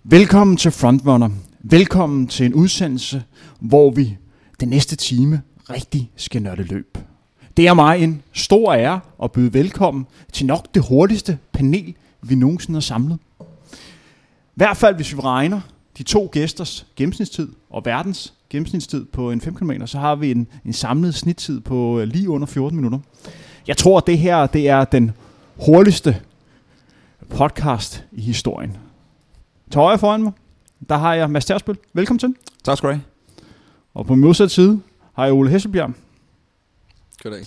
Velkommen til Frontrunner. Velkommen til en udsendelse, hvor vi den næste time rigtig skal nørde løb. Det er mig en stor ære at byde velkommen til nok det hurtigste panel, vi nogensinde har samlet. I hvert fald, hvis vi regner de to gæsters gennemsnitstid og verdens gennemsnitstid på en 5 km, så har vi en samlet snittid på lige under 14 minutter. Jeg tror, at det her det er den hurtigste podcast i historien. Til højre foran mig, der har jeg Mads Tersbøl. Velkommen til. Tak skal du have. Og på modsatte side har jeg Ole Hesselbjerg. Goddag.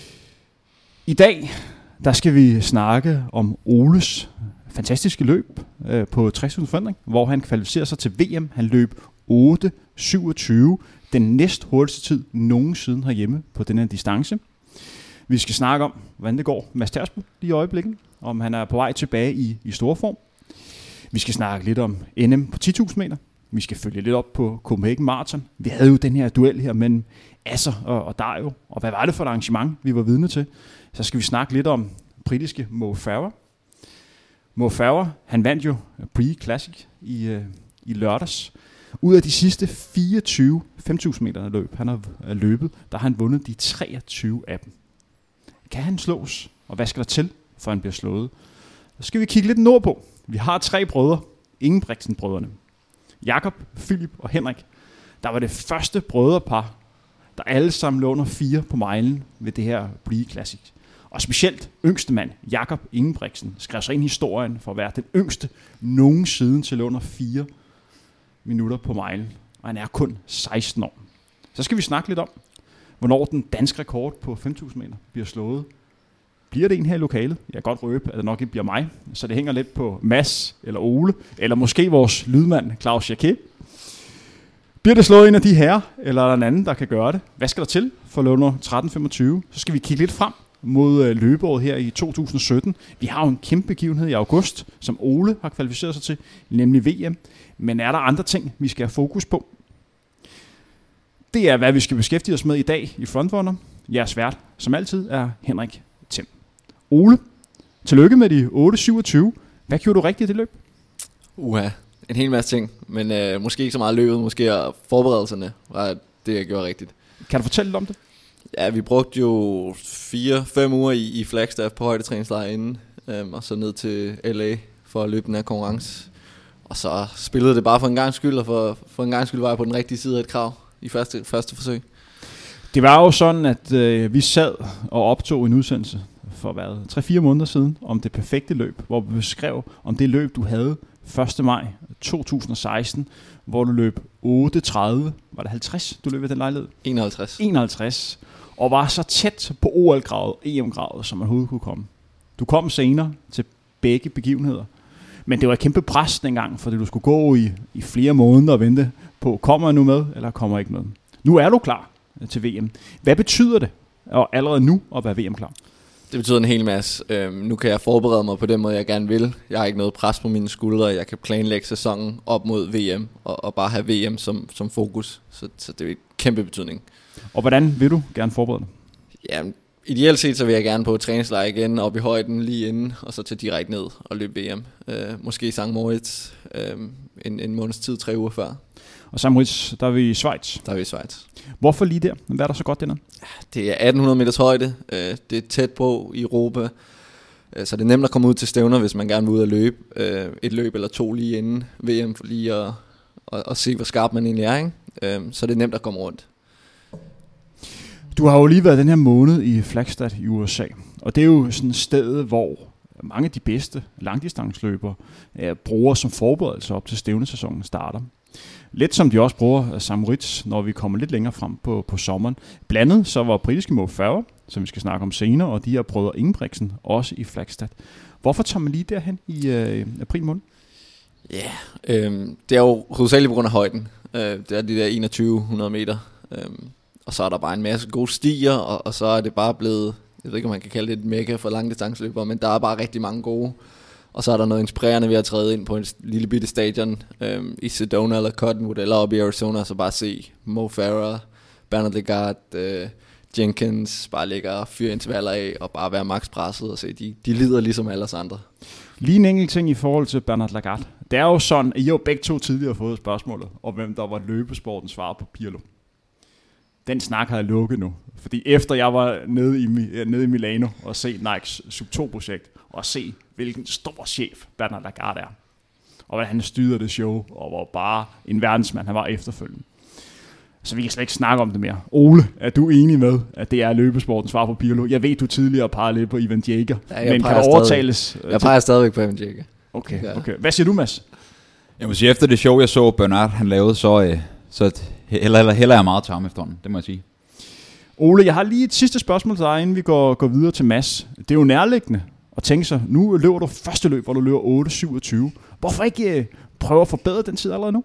I dag, der skal vi snakke om Oles fantastiske løb på 60.000 forandring, hvor han kvalificerer sig til VM. Han løb 8.27, den næst hurtigste tid nogensinde herhjemme på den her distance. Vi skal snakke om, hvordan det går Mads Tersbøl lige i øjeblikket, om han er på vej tilbage i store form. Vi skal snakke lidt om NM på 10.000 meter. Vi skal følge lidt op på Copenhagen Marathon. Vi havde jo den her duel her mellem Asser og Dario. Og hvad var det for et arrangement, vi var vidne til? Så skal vi snakke lidt om britiske Mo Farah. Mo Farah, han vandt jo Prix Classic i lørdags. Ud af de sidste 24 5.000 meter løb, han har løbet, der har han vundet de 23 af dem. Kan han slås? Og hvad skal der til, for han bliver slået? Så skal vi kigge lidt nordpå. Vi har 3 brødre, Ingebrigtsen-brødrene. Jakob, Philip og Henrik. Der var det første brødrepar, der alle sammen lå under 4 på milen ved det her Prix Classic. Og specielt yngste mand, Jakob Ingebrigtsen, skrev sig ind i historien for at være den yngste nogensinde til under 4 minutter på milen. Og han er kun 16 år. Så skal vi snakke lidt om, hvornår den danske rekord på 5.000 meter bliver slået. Bliver det en her i lokalet? Jeg kan godt røbe, at det nok ikke bliver mig. Så det hænger lidt på Mads eller Ole, eller måske vores lydmand Claus Jacquet. Bliver det slået en af de her, eller er der en anden, der kan gøre det? Hvad skal der til for løber 13.25? Så skal vi kigge lidt frem mod løbeåret her i 2017. Vi har jo en kæmpe begivenhed i august, som Ole har kvalificeret sig til, nemlig VM. Men er der andre ting, vi skal have fokus på? Det er, hvad vi skal beskæftige os med i dag i Frontrunner. Jeres vært, som altid, er Henrik Tim. Ole, tillykke med de 8.27. Hvad gjorde du rigtigt i det løb? En hel masse ting, men måske ikke så meget løbet, måske forberedelserne var det, jeg gjorde rigtigt. Kan du fortælle lidt om det? Ja, vi brugte jo 4-5 uger i Flagstaff på højdetræningslejr inden, og så ned til LA for at løbe den her konkurrence. Og så spillede det bare for en gang skyld, og for en gang skyld var jeg på den rigtige side af et krav i første forsøg. Det var jo sådan, at vi sad og optog en udsendelse for 3-4 måneder siden om det perfekte løb, hvor vi beskrev om det løb, du havde 1. maj 2016, hvor du løb 8.30. Var det 50, du løb ved den lejlighed? 51. Og var så tæt på OL-gradet, EM-gradet, som man overhovedet kunne komme. Du kom senere til begge begivenheder. Men det var et kæmpe pres dengang, fordi du skulle gå i flere måneder og vente på, kommer jeg nu med, eller kommer jeg ikke med? Nu er du klar til VM. Hvad betyder det allerede nu at være VM-klar? Det betyder en hel masse. Nu kan jeg forberede mig på den måde, jeg gerne vil. Jeg har ikke noget pres på mine skuldre. Jeg kan planlægge sæsonen op mod VM og bare have VM som fokus. Så det er et kæmpe betydning. Og hvordan vil du gerne forberede dig? Ja, ideelt set så vil jeg gerne på træningslejr igen, op i højden lige inden, og så til direkte ned og løbe VM. Måske i St. Moritz en måneds tid, 3 uger før. Og St. Moritz, der er vi i Schweiz. Hvorfor lige der? Hvad er der så godt dernede? Det er 1800 meters højde. Det er tæt på i Europa. Så det er nemt at komme ud til stævner, hvis man gerne vil ud og løbe. Et løb eller 2 lige inden VM, for lige at se, hvor skarp man egentlig er. Ikke? Så det er nemt at komme rundt. Du har jo lige været den her måned i Flagstaff i USA. Og det er jo sådan et sted, hvor mange af de bedste langdistanceløbere bruger som forberedelse op til stævnesæsonen starter. Lidt som de også bruger St. Moritz, når vi kommer lidt længere frem på sommeren. Blandet så var britiske Mo Farah, som vi skal snakke om senere, og de her brødre Ingebrigtsen også i Flagstaff. Hvorfor tager man lige derhen i april måned? Ja, det er jo hovedsageligt på grund af højden. Det er de der 2100 meter. Og så er der bare en masse gode stier, og så er det bare blevet, jeg ved ikke om man kan kalde det et mekka for langdistanceløbere, men der er bare rigtig mange gode. Og så er der noget inspirerende ved at træde ind på en lille bitte stadion i Sedona eller Cottonwood eller oppe i Arizona, så bare se Mo Farah, Bernard Lagat, Jenkins, bare lægge og fyre intervaller af og bare være max presset og se, de lider ligesom alle os andre. Lige en enkelt ting i forhold til Bernard Lagat. Det er jo sådan, at I jo begge to tidligere fået spørgsmålet, om hvem der var løbesportens svar på Pirlo. Den snak har jeg lukket nu. Fordi efter jeg var nede i Milano og se Nikes Sub2-projekt, og se, hvilken stor chef Bernard Lagarde er, og hvordan han styrede det show, og hvor bare en verdensmand han var efterfølgende. Så vi kan slet ikke snakke om det mere. Ole, er du enig med, at det er løbesportens svar på Pirlo? Jeg ved, du tidligere pegede lidt på Ivan Jager, men kan du overtales? Jeg peger stadigvæk på Ivan Jager. Okay. Hvad siger du, Mads? Jeg må sige, efter det show, jeg så Bernard han lavede, så hælder jeg meget til ham efterhånden. Det må jeg sige. Ole, jeg har lige et sidste spørgsmål til dig, inden vi går videre til Mads. Det er jo nærliggende at tænke sig, nu løber du første løb, hvor du løber 8.27. Hvorfor ikke prøve at forbedre den tid allerede nu?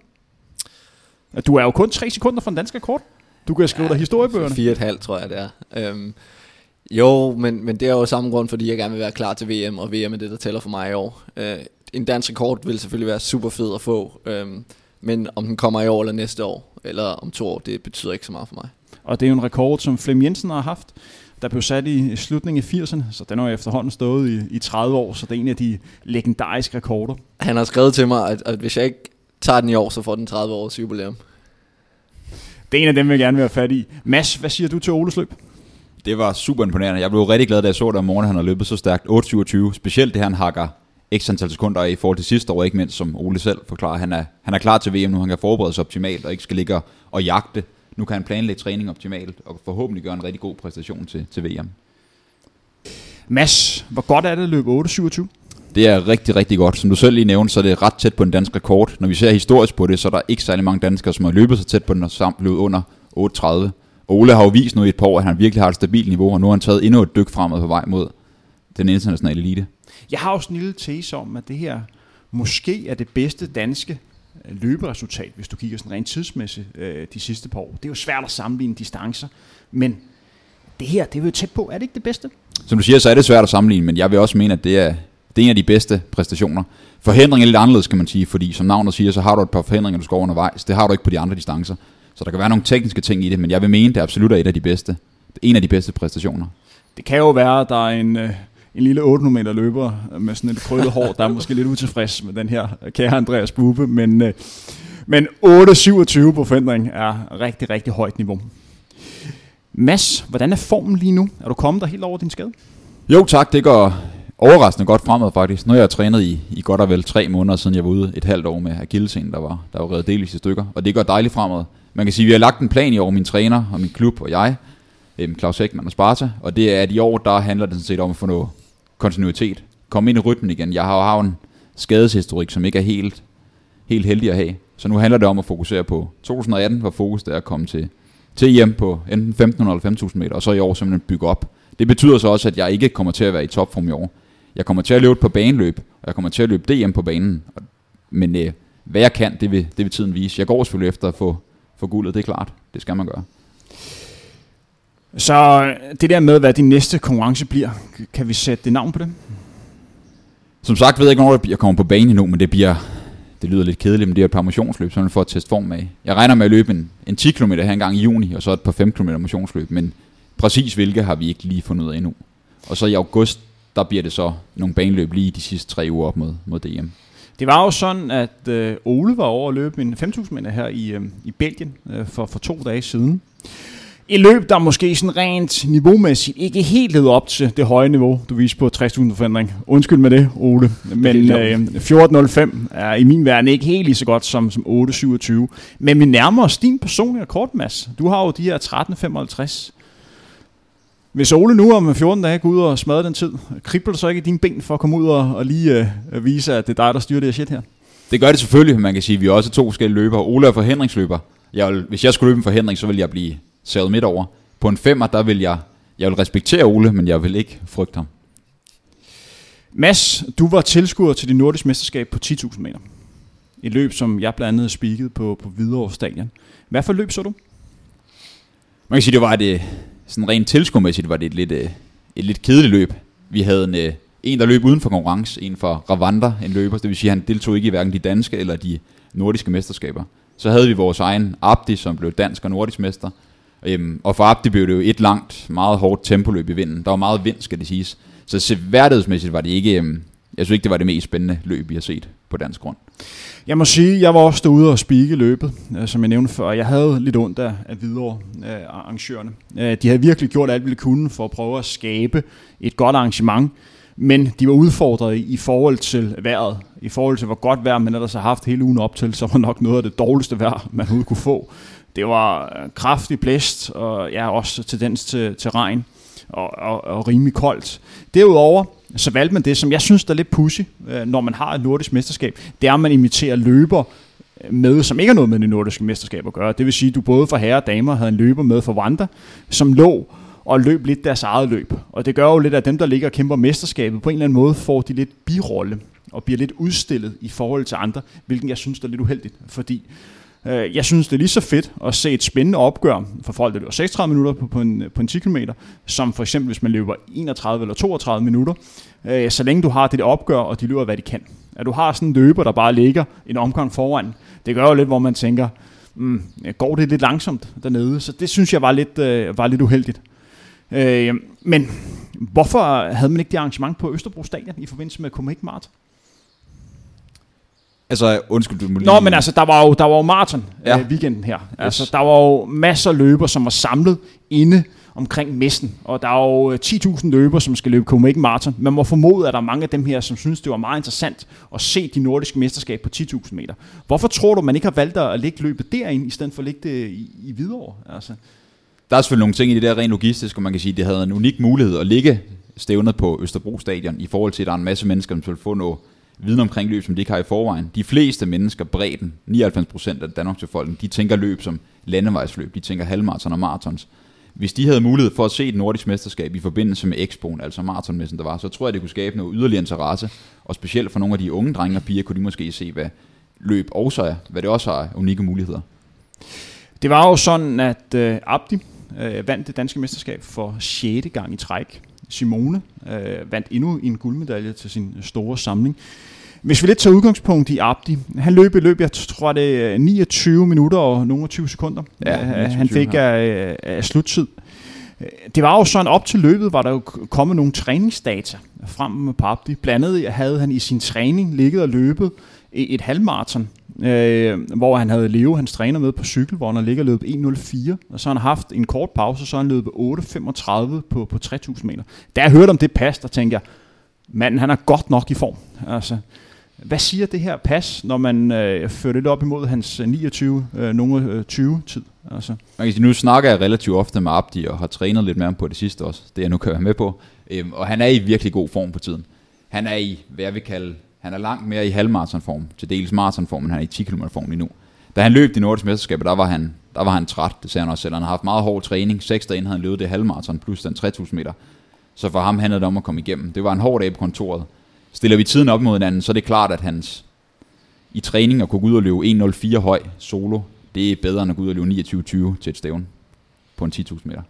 Du er jo kun 3 sekunder fra den danske rekord. Du kan skrive dig historiebøgerne. 4,5 tror jeg det er. Jo, men det er jo samme grund, fordi jeg gerne vil være klar til VM, og VM er det, der tæller for mig i år. En dansk rekord vil selvfølgelig være super fed at få, men om den kommer i år eller næste år, eller om 2 år, det betyder ikke så meget for mig. Og det er jo en rekord, som Flemming Jensen har haft, der blev sat i slutningen af 80'erne, så den har jo efterhånden stået i 30 år, så det er en af de legendariske rekorder. Han har skrevet til mig, at hvis jeg ikke tager den i år, så får den 30 års jubilæum. Det er en af dem, jeg gerne vil have fat i. Mads, hvad siger du til Oles løb? Det var super imponerende. Jeg blev rigtig glad, da jeg så det om morgenen, han har løbet så stærkt. 8.27. Specielt det, han hakker x antal sekunder i forhold til sidste år, ikke mindst som Ole selv forklarer. Han er klar til VM nu, han kan forberede sig optimalt og ikke skal ligge og jagte. Nu kan han planlægge træning optimalt og forhåbentlig gøre en rigtig god præstation til VM. Mads, hvor godt er det at løbe 8.27? Det er rigtig, rigtig godt. Som du selv lige nævnte, så er det ret tæt på en dansk rekord. Når vi ser historisk på det, så er der ikke særlig mange danskere, som har løbet så tæt på den og samt løbet under 8.30. Ole har jo vist nu i et par år, at han virkelig har et stabilt niveau, og nu har han taget endnu et dyk fremad på vej mod den internationale elite. Jeg har også en lille tese om, at det her måske er det bedste danske løberesultat, hvis du kigger sådan rent tidsmæssigt de sidste par år. Det er jo svært at sammenligne distancer, men det her, det er jo tæt på. Er det ikke det bedste? Som du siger, så er det svært at sammenligne, men jeg vil også mene, at det er en af de bedste præstationer. Forhindring er lidt anderledes, kan man sige, fordi som navnet siger, så har du et par forhindringer, du skal over undervejs. Det har du ikke på de andre distancer. Så der kan være nogle tekniske ting i det, men jeg vil mene, det absolut er en af de bedste præstationer. Det kan jo være, at der er en lille 800 meter løber med sådan et krøllet hår, der er måske lidt utilfreds med den her kære Andreas Bube, men 8.27 på forhindring er rigtig, rigtig højt niveau. Mads, hvordan er formen lige nu? Er du kommet der helt over din skade? Jo tak, det går overraskende godt fremad faktisk. Nu har jeg trænet i godt og vel 3 måneder, siden jeg var ude et halvt år med akillescenen, der var reddet delvis i stykker. Og det går dejligt fremad. Man kan sige, at vi har lagt en plan i år, min træner og min klub og jeg, Claus Ekman og Sparta. Og det er, at i år, der handler det sådan set om at få noget kontinuitet. Komme ind i rytmen igen. Jeg har jo en skadeshistorik, som ikke er helt heldig at have. Så nu handler det om at fokusere på 2018, hvor fokus er at komme til EM på enten 1.500 eller 5.000 meter, og så i år simpelthen bygge op. Det betyder så også, at jeg ikke kommer til at være i topform i år. Jeg kommer til at løbe på baneløb, og jeg kommer til at løbe DM på banen. Men hvad jeg kan, det vil tiden vise. Jeg går selvfølgelig efter at få guldet, det er klart. Det skal man gøre. Så det der med, hvad din næste konkurrence bliver, kan vi sætte det navn på det? Som sagt ved jeg ikke, hvornår jeg kommer på banen endnu, men det lyder lidt kedeligt, men det er et par motionsløb, så man får at teste form af. Jeg regner med at løbe en 10 km her en gang i juni, og så et par 5 km motionsløb, men præcis hvilke har vi ikke lige fundet ud af endnu. Og så i august, der bliver det så nogle baneløb lige de sidste 3 uger op mod DM. Det var jo sådan, at Ole var over at løbe en 5.000 meter her i Belgien for 2 dage siden. Et løb, der måske sådan rent niveaumæssigt ikke helt levede op til det høje niveau, du viste på 60.000 forandring. Undskyld med det, Ole. Men 14.05 er i min verden ikke helt lige så godt som 8.27. Men vi nærmer os din personlige rekord, Mads. Du har jo de her 13.55. Hvis Ole nu om 14 dage går ud og smadrer den tid, kribler du så ikke i dine ben for at komme ud og lige vise, at det er dig, der styrer det her shit her? Det gør det selvfølgelig, man kan sige. Vi er også 2 forskellige løbere. Ole er forhindringsløber. Hvis jeg skulle løbe en forhindring, så ville jeg blive savet midt over. På en 5'er, der vil jeg vil respektere Ole, men jeg vil ikke frygte ham. Mads, du var tilskuer til det nordiske mesterskab på 10.000 meter. Et løb, som jeg blandt andet spikede på Hvidovre Stadion. Hvad for løb så du? Man kan sige, det var sådan rent tilskuermæssigt var det et lidt kedeligt løb. Vi havde en, der løb uden for konkurrence, en fra Rwanda, en løber, det vil sige, at han deltog ikke i hverken de danske eller de nordiske mesterskaber. Så havde vi vores egen Abdi, som blev dansk og nordisk mester. Og for Abdi blev det jo et langt, meget hårdt tempoløb i vinden. Der var meget vind, skal det siges. Så seværdighedsmæssigt var det jeg synes ikke, det var det mest spændende løb, vi har set på dansk grund. Jeg må sige, jeg var også derude og speake løbet, som jeg nævnte før. Jeg havde lidt ondt af Hvidovre arrangørerne. De havde virkelig gjort alt, hvad de kunne for at prøve at skabe et godt arrangement, men de var udfordret i forhold til vejret. I forhold til, hvor godt vejr man ellers har haft hele ugen op til, så var nok noget af det dårligste vejr, man overhovedet kunne få. Det var kraftig blæst, og også tendens til regn, og rimelig koldt. Derudover så valgte man det, som jeg synes, der er lidt pudsy, når man har et nordisk mesterskab. Det er, at man inviterer løber med, som ikke har noget med det nordiske mesterskab at gøre. Det vil sige, at du både for herrer og damer havde en løber med for Rwanda, som lå og løb lidt deres eget løb. Og det gør jo lidt, at dem, der ligger og kæmper mesterskabet, på en eller anden måde får de lidt birolle og bliver lidt udstillet i forhold til andre, hvilken jeg synes, der er lidt uheldigt. Fordi jeg synes, det er lige så fedt at se et spændende opgør for folk, der løber 36 minutter på en 10 km, som for eksempel, hvis man løber 31 eller 32 minutter, så længe du har det opgør, og de løber, hvad de kan. At du har sådan en løber, der bare ligger en omgang foran, det gør jo lidt, hvor man tænker, går det lidt langsomt dernede? Så det synes jeg var lidt uheldigt. Men hvorfor havde man ikke det arrangement på Østerbro Stadion i forbindelse med Copenhagen Marathon? Altså, undskyld, du må lige... Nå, men altså, der var jo maraton weekenden her. Altså, der var jo masser af løber, som var samlet inde omkring messen. Og der er jo 10.000 løber, som skal løbe Copenhagen Marathon. Man må formode, at der er mange af dem her, som synes, det var meget interessant at se de nordiske mesterskab på 10.000 meter. Hvorfor tror du, man ikke har valgt at lægge løbet derinde, i stedet for at lægge det i Hvidovre? Altså. Der er selvfølgelig nogle ting i det der rent logistisk, og man kan sige, at det havde en unik mulighed at ligge stævnet på Østerbro Stadion, i forhold til, at der er en masse mennesker, som vil få noget viden omkring løb, som de ikke har i forvejen. De fleste mennesker, bredden, 99% af Danmarks befolkning, de tænker løb som landevejsløb, de tænker halvmarathon og marathons. Hvis de havde mulighed for at se et nordisk mesterskab i forbindelse med Expoen, altså marathonmessen der var, så tror jeg, det kunne skabe noget yderligere interesse, og specielt for nogle af de unge drenge og piger, kunne de måske se, hvad løb også er, hvad det også har unikke muligheder. Det var jo sådan, at Abdi vandt det danske mesterskab for 6. gang i træk. Simone vandt endnu en guldmedalje til sin store samling. Hvis vi lidt tager udgangspunkt i Abdi, han løb jeg tror det er 29 minutter og nogle 20 sekunder. Ja, han fik af sluttid. Det var jo sådan, op til løbet var der jo kommet nogle træningsdata frem på Abdi. Blandt andet havde han i sin træning ligget og løbet et halvmarathon, hvor han havde Leo, hans træner, med på cykel, hvor han har ligget og løbet 1.04, og så har han haft en kort pause, så har han løbet 8.35 på 3.000 meter. Da jeg hørte om det pas, der tænkte jeg, manden, han er godt nok i form. Altså, hvad siger det her pas, når man fører det op imod hans 29, nogle 20 tid? Altså. Man kan sige, nu snakker jeg relativt ofte med Abdi, og har trænet lidt med ham på det sidste også, det jeg nu kan være med på, og han er i virkelig god form på tiden. Han er i, hvad jeg vil kalde, han er langt mere i halvmaratonform, til dels maratonform, men han er i 10 km form lige nu. Da han løb de nordiske mesterskaber, der var han træt, det sagde han også selv. Han har haft meget hård træning, 6 dage inden havde han løbet det halvmaraton, plus den 3.000 meter. Så for ham handlede det om at komme igennem. Det var en hård dag på kontoret. Stiller vi tiden op mod hinanden, så er det klart, at hans i træning at kunne gå ud og løbe 1.04 høj solo, det er bedre end at gå ud og løbe 29.20 til et stævn på en 10.000 meter.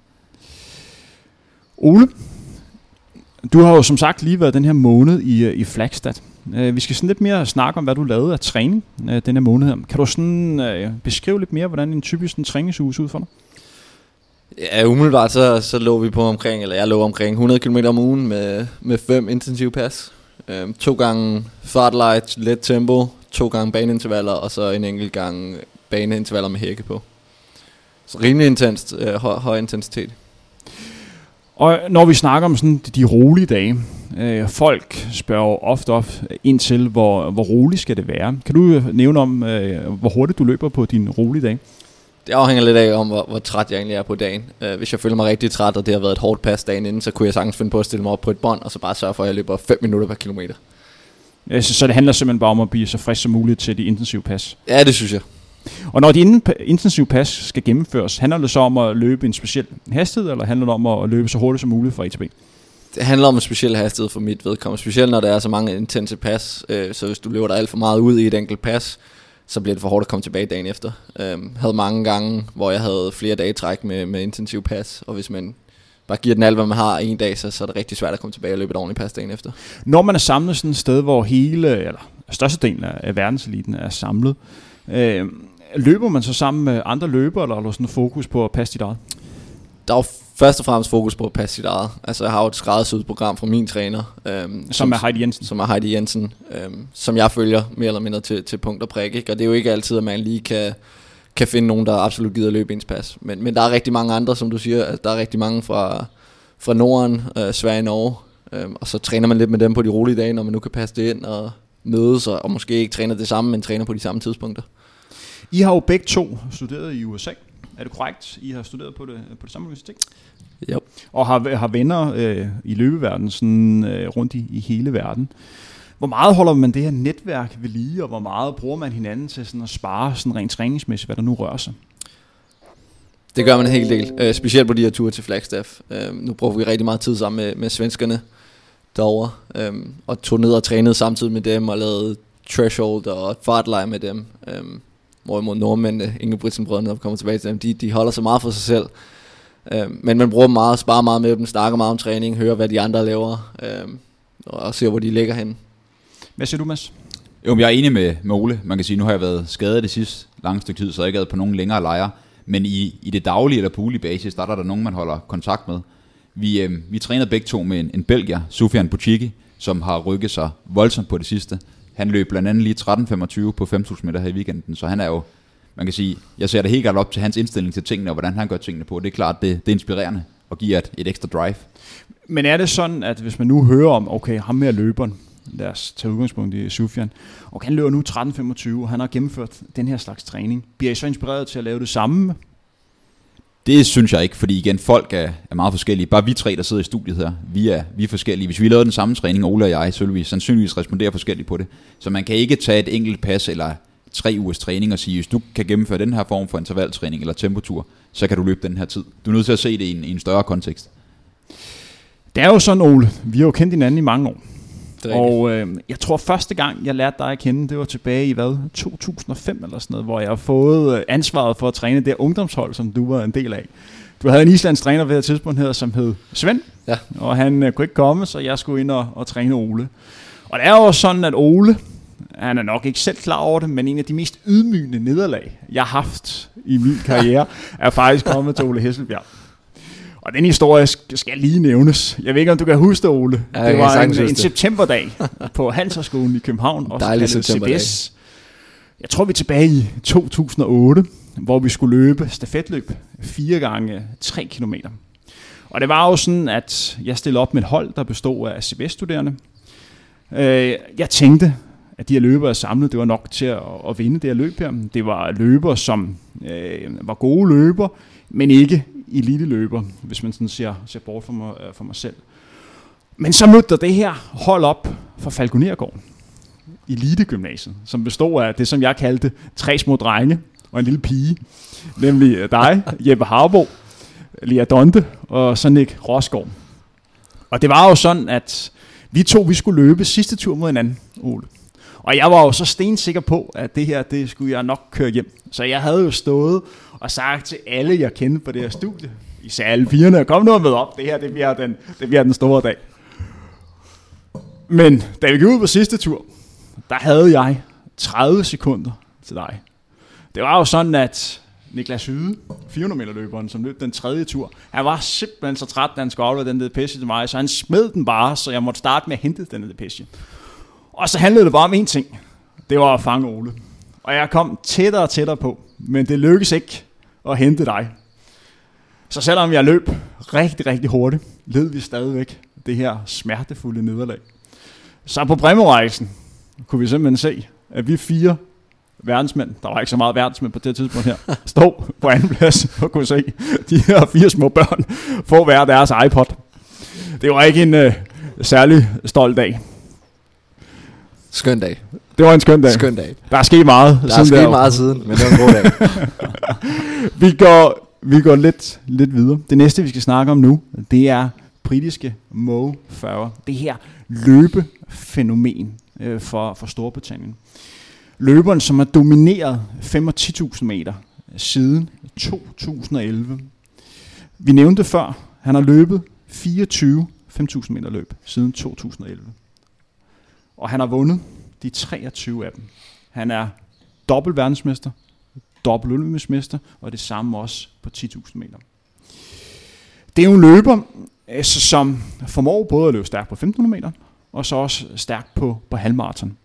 Ole, du har jo som sagt lige været den her måned i Flagstad. Vi skal sådan lidt mere snakke om, hvad du lavede af træning den her måned her. Kan du sådan beskrive lidt mere, hvordan en typisk træningsuge ser ud for dig? Ja, umiddelbart så lå vi på omkring, eller jeg lå omkring 100 km om ugen med 5 intensive pas. 2 gange fartlight, let tempo, 2 gange baneintervaller, og så en enkelt gang baneintervaller med hække på. Så rimelig intenst, høj intensitet. Og når vi snakker om sådan de rolige dage, folk spørger ofte op ind til, hvor roligt skal det være. Kan du nævne om, hvor hurtigt du løber på dine rolige dage? Det afhænger lidt af, om hvor træt jeg egentlig er på dagen. Hvis jeg føler mig rigtig træt, og det har været et hårdt pas dagen inden, så kunne jeg sagtens finde på at stille mig op på et bånd, og så bare sørge for, at jeg løber 5 minutter per kilometer. Så det handler simpelthen bare om at blive så frisk som muligt til de intensive pas? Ja, det synes jeg. Og når de intensive pas skal gennemføres, handler det så om at løbe en speciel hastighed, eller handler det om at løbe så hurtigt som muligt fra A til B? Det handler om en speciel hastighed for mit vedkommende, specielt når der er så mange intense pas, så hvis du løber dig alt for meget ud i et enkelt pas, så bliver det for hårdt at komme tilbage dagen efter. Havde mange gange, hvor jeg havde flere dage træk med intensiv pas, og hvis man bare giver den alt, hvad man har en dag, så er det rigtig svært at komme tilbage og løbe et ordentligt pas dagen efter. Når man er samlet sådan et sted, hvor størstedelen af verdenseliten er samlet, løber man så sammen med andre løbere, eller har du sådan fokus på at passe dit eget? Der er først og fremmest fokus på at passe sit eget. Altså jeg har jo et skræddersyet program fra min træner. Som er Heidi Jensen. Som er Heidi Jensen. Som jeg følger mere eller mindre til punkt og prik. Ikke? Og det er jo ikke altid, at man lige kan finde nogen, der absolut gider løbe ens pas. Men der er rigtig mange andre, som du siger. Altså, der er rigtig mange fra Norden, Sverige, Norge. Og så træner man lidt med dem på de rolige dage, når man nu kan passe det ind og mødes. Og måske ikke træner det samme, men træner på de samme tidspunkter. I har jo begge to studeret i USA. Er det korrekt? I har studeret på det samme universitet? Jo. Og har venner i løbeverdenen sådan, rundt i hele verden. Hvor meget holder man det her netværk ved lige, og hvor meget bruger man hinanden til sådan at spare sådan rent træningsmæssigt, hvad der nu rører sig? Det gør man en hel del, specielt på de her ture til Flagstaff. Nu bruger vi rigtig meget tid sammen med svenskerne derovre, og tog ned og trænede samtidig med dem, og lavede threshold og fartleje med dem. Hvorimod nordmændene, Ingebrigtsen-brødrene, der kommer tilbage til dem, de holder sig meget for sig selv. Men man bruger dem meget, sparer meget med dem, snakker meget om træning, hører hvad de andre laver, og ser hvor de ligger hen. Hvad siger du, Mads? Jo, jeg er enig med Ole. Man kan sige, nu har jeg været skadet det sidste lange stykke tid, så jeg ikke været på nogen længere lejre. Men i det daglige eller på ulig basis, der er der nogen, man holder kontakt med. Vi trænede begge to med en belgier, Soufiane Bouchiki, som har rykket sig voldsomt på det sidste. Han løb blandt andet lige 13.25 på 5.000 meter her i weekenden, så han er jo, man kan sige, jeg ser det helt godt op til hans indstilling til tingene, og hvordan han gør tingene på. Det er klart, det er inspirerende og giver et ekstra drive. Men er det sådan, at hvis man nu hører om, okay, ham med løberen, lad os tage udgangspunkt i Soufiane, og han løber nu 13.25, og han har gennemført den her slags træning, bliver I så inspireret til at lave det samme? Det synes jeg ikke, fordi igen, folk er meget forskellige. Bare vi tre, der sidder i studiet her, vi er forskellige. Hvis vi lavede den samme træning, Ole og jeg, så ville vi sandsynligvis respondere forskelligt på det. Så man kan ikke tage et enkelt pas eller 3 ugers træning og sige, hvis du kan gennemføre den her form for intervaltræning eller tempotur, så kan du løbe den her tid. Du er nødt til at se det i en større kontekst. Det er jo sådan, Ole, vi har jo kendt hinanden i mange år. Og jeg tror første gang jeg lærte dig at kende, det var tilbage i 2005 eller sådan noget, hvor jeg har fået ansvaret for at træne det ungdomshold, som du var en del af. Du havde en islands træner ved et tidspunkt som hed Svend, ja. Og han kunne ikke komme, så jeg skulle ind og træne Ole. Og det er jo sådan, at Ole, han er nok ikke selv klar over det, men en af de mest ydmygende nederlag, jeg har haft i min karriere, er faktisk kommet til Ole Hesselbjerg. Og den historie skal lige nævnes. Jeg ved ikke, om du kan huske det, Ole. Ja, det var en septemberdag på Handelshøjskolen i København. Dejlig septemberdag. CBS. Jeg tror, vi er tilbage i 2008, hvor vi skulle løbe stafetløb 4 gange 3 kilometer. Og det var jo sådan, at jeg stillede op med et hold, der bestod af CBS-studerende. Jeg tænkte, at de her løbere samlet, det var nok til at vinde det her løb her. Det var løbere, som var gode løbere, men ikke elite-løber, hvis man sådan ser bort for mig selv. Men så mødte der det her hold op fra Falconergården, Elite-gymnasiet, som bestod af det, som jeg kaldte 3 små drenge og en lille pige, nemlig dig, Jeppe Harbo, Lea Donte og så Nick Rosgaard. Og det var jo sådan, at vi skulle løbe sidste tur mod hinanden, Ole. Og jeg var jo så stensikker på, at det her, det skulle jeg nok køre hjem. Så jeg havde jo stået og sagt til alle, jeg kendte på det her studie, især alle pigerne, kom nu med op, det her, det bliver den store dag. Men da vi gik ud på sidste tur, der havde jeg 30 sekunder til dig. Det var jo sådan, at Niklas Hyde, 400 meter løberen, som løb den 3. tur, han var simpelthen så træt, da han skulle aflevere den depeche til mig, så han smed den bare, så jeg måtte starte med at hente den depeche. Og så handlede det bare om én ting. Det var at fange Ole. Og jeg kom tættere og tættere på, men det lykkedes ikke at hente dig. Så selvom jeg løb rigtig, rigtig hurtigt, led vi stadigvæk det her smertefulde nederlag. Så på Bremmerejsen kunne vi simpelthen se, at vi 4 verdensmænd, der var ikke så meget verdensmænd på det tidspunkt her, stod på anden plads og kunne se de her 4 små børn få hver deres iPod. Det var ikke en særlig stolt dag. Skøn dag. Det var en skøn dag. Skøn dag. Der er sket meget. Der er sket meget siden, men det var en god dag. vi går lidt videre. Det næste, vi skal snakke om nu, det er britiske Mo Farah. Det her løbefænomen for Storbritannien. Løberen, som har domineret 5 og 10.000 meter siden 2011. Vi nævnte før, han har løbet 24 5.000 meter løb siden 2011. Og han har vundet de 23 af dem. Han er dobbelt verdensmester, dobbelt olympisk mester, og det samme også på 10.000 meter. Det er jo en løber, som formår både at løbe stærkt på 1500 meter, og så også stærkt på halvmaraton.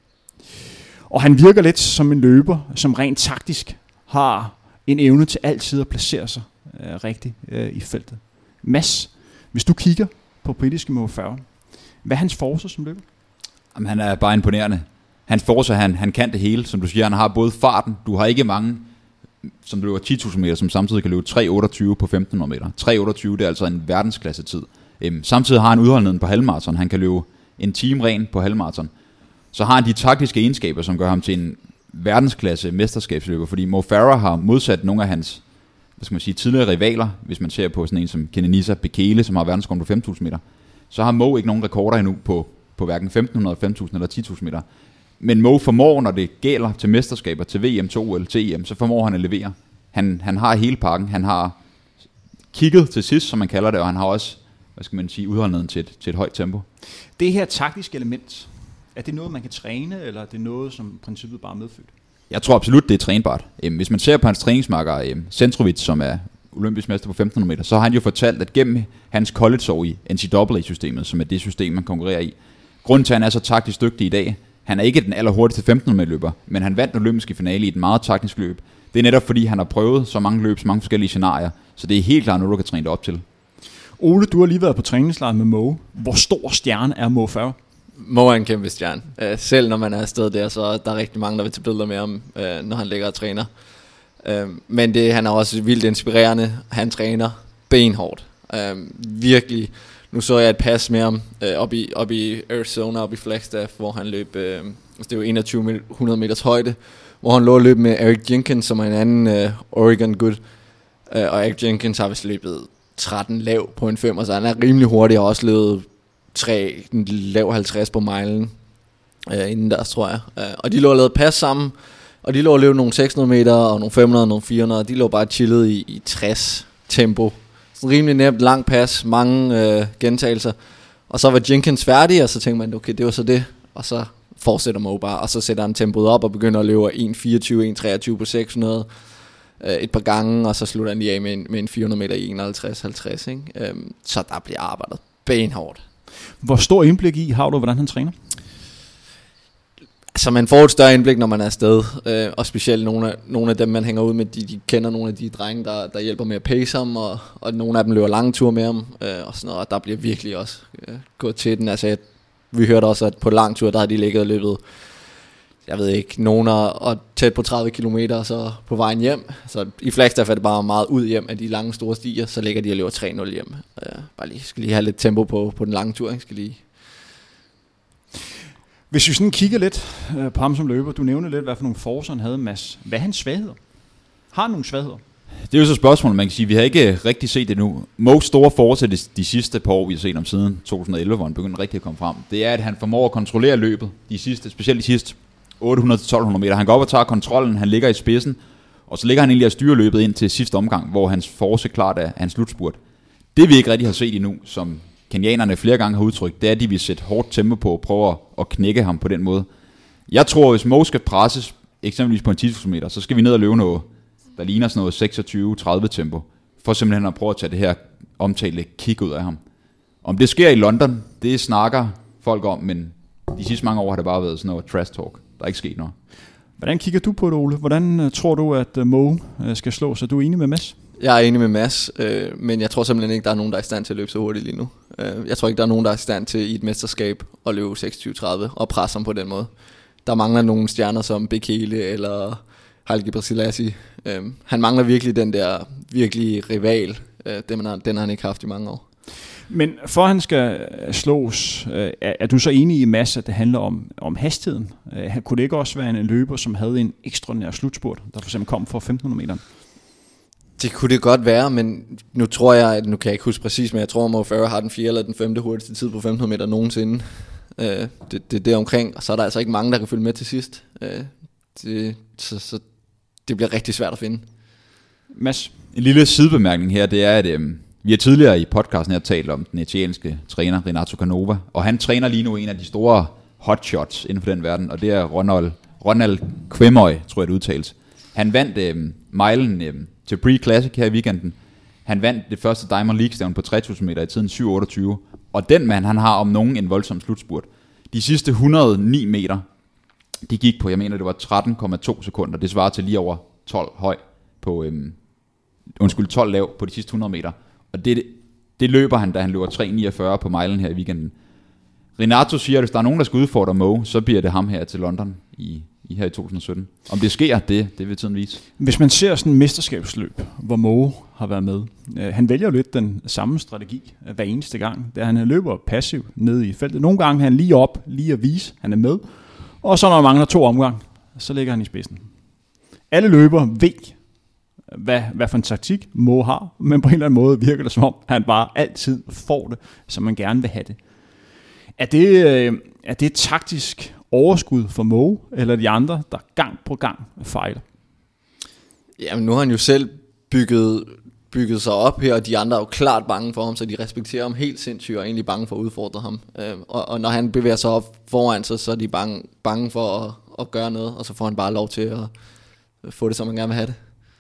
Og han virker lidt som en løber, som rent taktisk har en evne til altid at placere sig rigtigt i feltet. Mads, hvis du kigger på britiske Mo Farah, hvad er hans force som løber? Jamen, han er bare imponerende. Hans force, han kan det hele, som du siger. Han har både farten, du har ikke mange, som løber 10.000 meter, som samtidig kan løbe 3.28 på 1.500 meter. 3.28, det er altså en verdensklasse tid. Samtidig har han udholdenheden på halvmaraton. Han kan løbe en time ren på halvmaraton. Så har han de taktiske egenskaber, som gør ham til en verdensklasse mesterskabsløber, fordi Mo Farah har modsat nogle af hans tidligere rivaler, hvis man ser på sådan en som Kenenisa Bekele, som har verdensrekord på 5.000 meter, så har Mo ikke nogen rekorder endnu på hverken 1.500, 5.000 eller 10.000 meter. Men Mo formår, når det gælder til mesterskaber, til VM, til OL, til EM, så formår han at levere. Han har hele pakken, han har kigget til sidst, som man kalder det, og han har også, udholdenheden til et højt tempo. Det her taktiske element, er det noget, man kan træne, eller er det noget, som i princippet bare er medfødt? Jeg tror absolut, det er trænbart. Hvis man ser på hans træningsmarker, Centrovic, som er olympisk mester på 1.500 meter, så har han jo fortalt, at gennem hans collegeår i NCAA-systemet, som er det system, man konkurrerer i, grunden til, at han er så taktisk dygtig i dag, han er ikke den allerhurtigste 1.500 meter løber, men han vandt den olympiske finale i et meget taktisk løb. Det er netop fordi, han har prøvet så mange løb, så mange forskellige scenarier, så det er helt klart noget, du kan træne dig op til. Ole, du har lige været på træningslejr med Mo. Hvor stor stjerne er Mo Farah? Mo er en kæmpe stjerne. Selv når man er afsted der, så er der rigtig mange, der vil tage billeder med ham, når han ligger og træner. Men han er også vildt inspirerende. Han træner benhårdt. Virkelig. Nu så jeg et pas med ham op i Arizona, op i Flagstaff, hvor han løb, det er jo 2100 meters højde, hvor han lå og løb med Eric Jenkins, som er en anden Oregon good. Og Eric Jenkins har vist løbet 13 lav på en 5, så han er rimelig hurtig og også løbet 3 lav 50 på milen inden der, tror jeg. Og de lå og lavede pas sammen, og de lå og løb nogle 600 meter og nogle 500 og nogle 400, de lå bare chillet i 60 tempo. Rimelig nemt, lang pas, mange gentagelser. Og så var Jenkins færdig, og så tænkte man, okay, det var så det. Og så fortsætter Mo bare, og så sætter han tempoet op og begynder at løbe 1.24, 1.23 på 600 et par gange, og så slutter han lige af med en 400 meter i 51-50. Ikke? Så der bliver arbejdet benhårdt. Hvor stor indblik i har du, hvordan han træner? Så man får et større indblik, når man er afsted, og specielt nogle af dem, man hænger ud med, de kender nogle af de drenge, der hjælper med at pace ham, og nogle af dem løber lange ture med ham, og sådan noget, og der bliver virkelig også gået til den. Altså, vi hørte også, at på lang tur, der har de ligget og løbet, jeg ved ikke, nogen og tæt på 30 kilometer, så på vejen hjem. Så i Flagstaff er det bare meget ud hjem af de lange store stier, så ligger de og løber 3-0 hjem. Skal lige have lidt tempo på den lange tur, ikke? Skal lige. Hvis vi sådan kigger lidt på ham som løber, du nævner lidt, hvad for nogle forcer han havde, Mads. Hvad er hans svagheder? Har han nogle svagheder? Det er jo så spørgsmålet, man kan sige. Vi har ikke rigtig set det nu. Most store forcer de sidste par år, vi har set om siden 2011, hvor han begyndte rigtig at komme frem, det er, at han formår at kontrollere løbet, specielt de sidste 800-1200 meter. Han går op og tager kontrollen, han ligger i spidsen, og så ligger han egentlig at styre løbet ind til sidste omgang, hvor hans force klart er hans slutspurt. Det vi ikke rigtig har set endnu, som kenianerne flere gange har udtrykt, det er, at de vil sætte hårdt tempo på og prøve at knække ham på den måde. Jeg tror, hvis Mo skal presses, eksempelvis på en 10.000 meter, så skal vi ned og løbe noget, der ligner sådan noget 26-30 tempo, for simpelthen at prøve at tage det her omtalte kick ud af ham. Om det sker i London, det snakker folk om, men de sidste mange år har det bare været sådan noget trash talk. Der er ikke sket noget. Hvordan kigger du på det, Ole? Hvordan tror du, at Mo skal slå? Så du er enig med Mads? Jeg er enig med Mads, men jeg tror simpelthen ikke, der er nogen, der er i stand til at løbe så hurtigt lige nu. Jeg tror ikke, der er nogen, der er i stand til i et mesterskab at løbe 26-30 og presse ham på den måde. Der mangler nogle stjerner som Bekele eller Haile Gebrselassie. Han mangler virkelig den der virkelige rival. Den har han ikke haft i mange år. Men for at han skal slås, er du så enig i, Mads, at det handler om hastigheden? Kunne det ikke også være en løber, som havde en ekstraordinær slutspurt, der for eksempel kom for 1.500 meter? Det kunne det godt være, men nu tror jeg, at nu kan jeg ikke huske præcis, men jeg tror, at Mo Farah har den 4. eller den 5. hurtigste tid på 1.500 meter nogensinde. Det er deromkring, og så er der altså ikke mange, der kan følge med til sidst. Så det bliver rigtig svært at finde. Mads? En lille sidebemærkning her, det er, at vi har tidligere i podcasten her talt om den italienske træner Renato Canova, og han træner lige nu en af de store hotshots inden for den verden, og det er Ronald Quemoy, tror jeg det udtales. Han vandt milen til Pre-Classic her i weekenden. Han vandt det første Diamond League-stævne på 3000 meter i tiden 7.28. Og den mand, han har om nogen en voldsom slutspurt. De sidste 109 meter, de gik på, jeg mener det var 13,2 sekunder. Det svarer til lige over 12 høj på, 12 lav på de sidste 100 meter. Og det løber han, da han løber 3.49 på milen her i weekenden. Renato siger, at hvis der er nogen, der skal udfordre Mo, så bliver det ham her til London her i 2017. Om det sker, det vil tiden vise. Hvis man ser sådan et mesterskabsløb, hvor Mo har været med, han vælger jo lidt den samme strategi hver eneste gang, da han løber passivt ned i feltet. Nogle gange er han lige op, lige at vise, han er med, og så når der mangler 2 omgang, så ligger han i spidsen. Alle løbere ved, hvad for en taktik Mo har, men på en eller anden måde virker det som om, han bare altid får det, som man gerne vil have det. Er det et taktisk overskud for Mo, eller de andre, der gang på gang fejler? Jamen nu har han jo selv bygget sig op her, og de andre er jo klart bange for ham, så de respekterer ham helt sindssygt, og er egentlig bange for at udfordre ham. Og når han bevæger sig op foran, så er de bange for at gøre noget, og så får han bare lov til at få det, som man gerne vil have det.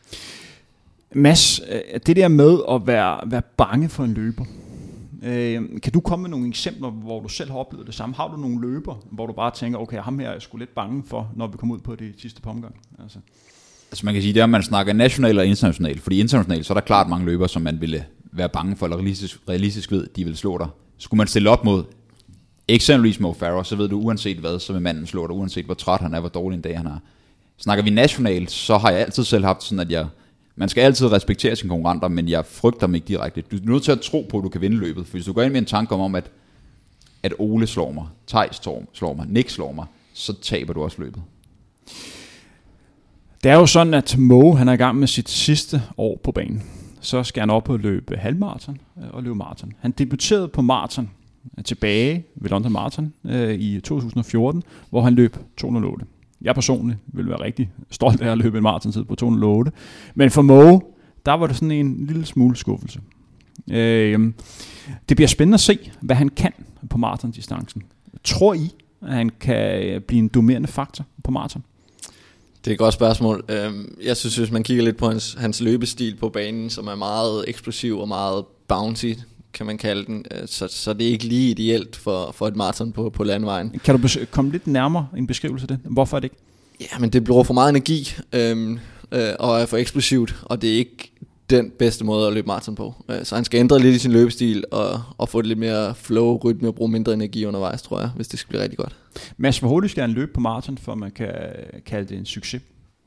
Mads, det der med at være bange for en løber, kan du komme med nogle eksempler, hvor du selv har oplevet det samme? Har du nogle løber, hvor du bare tænker, okay, ham her er jeg sgu lidt bange for, når vi kommer ud på det sidste par omgang? Altså man kan sige, det er, at man snakker national og international. Fordi internationalt, så er der klart mange løbere, som man ville være bange for, eller realistisk ved, de vil slå dig. Skulle man stille op mod eksempelvis Mo Farah, så ved du uanset hvad, så vil manden slå dig, uanset hvor træt han er, hvor dårlig en dag han er. Snakker vi nationalt, så har jeg altid selv haft sådan, at man skal altid respektere sine konkurrenter, men jeg frygter dem ikke direkte. Du er nødt til at tro på, at du kan vinde løbet. For hvis du går ind med en tanke om, at Ole slår mig, Theis slår mig, Nick slår mig, så taber du også løbet. Det er jo sådan, at Mo han er i gang med sit sidste år på banen. Så skal han op og løbe halvmarathon og løbe marathon. Han debuterede på marathon tilbage ved London Marathon i 2014, hvor han løb 208. Jeg personligt vil være rigtig stolt af at løbe en maratontid på 208. Men for Mo, der var det sådan en lille smule skuffelse. Det bliver spændende at se, hvad han kan på maratondistancen. Tror I, at han kan blive en dominerende faktor på maraton? Det er et godt spørgsmål. Jeg synes, hvis man kigger lidt på hans løbestil på banen, som er meget eksplosiv og meget bouncy, kan man kalde den, så det er ikke lige ideelt for et maraton på landvejen. Kan du komme lidt nærmere en beskrivelse af det? Hvorfor er det ikke? Ja, men det bruger for meget energi og er for eksplosivt, og det er ikke den bedste måde at løbe maraton på. Så han skal ændre lidt i sin løbestil og få det lidt mere flow, rytme og bruge mindre energi undervejs, tror jeg, hvis det skal blive rigtig godt. Mads, hvor hurtigt skal han løbe på maraton, for man kan kalde det en succes?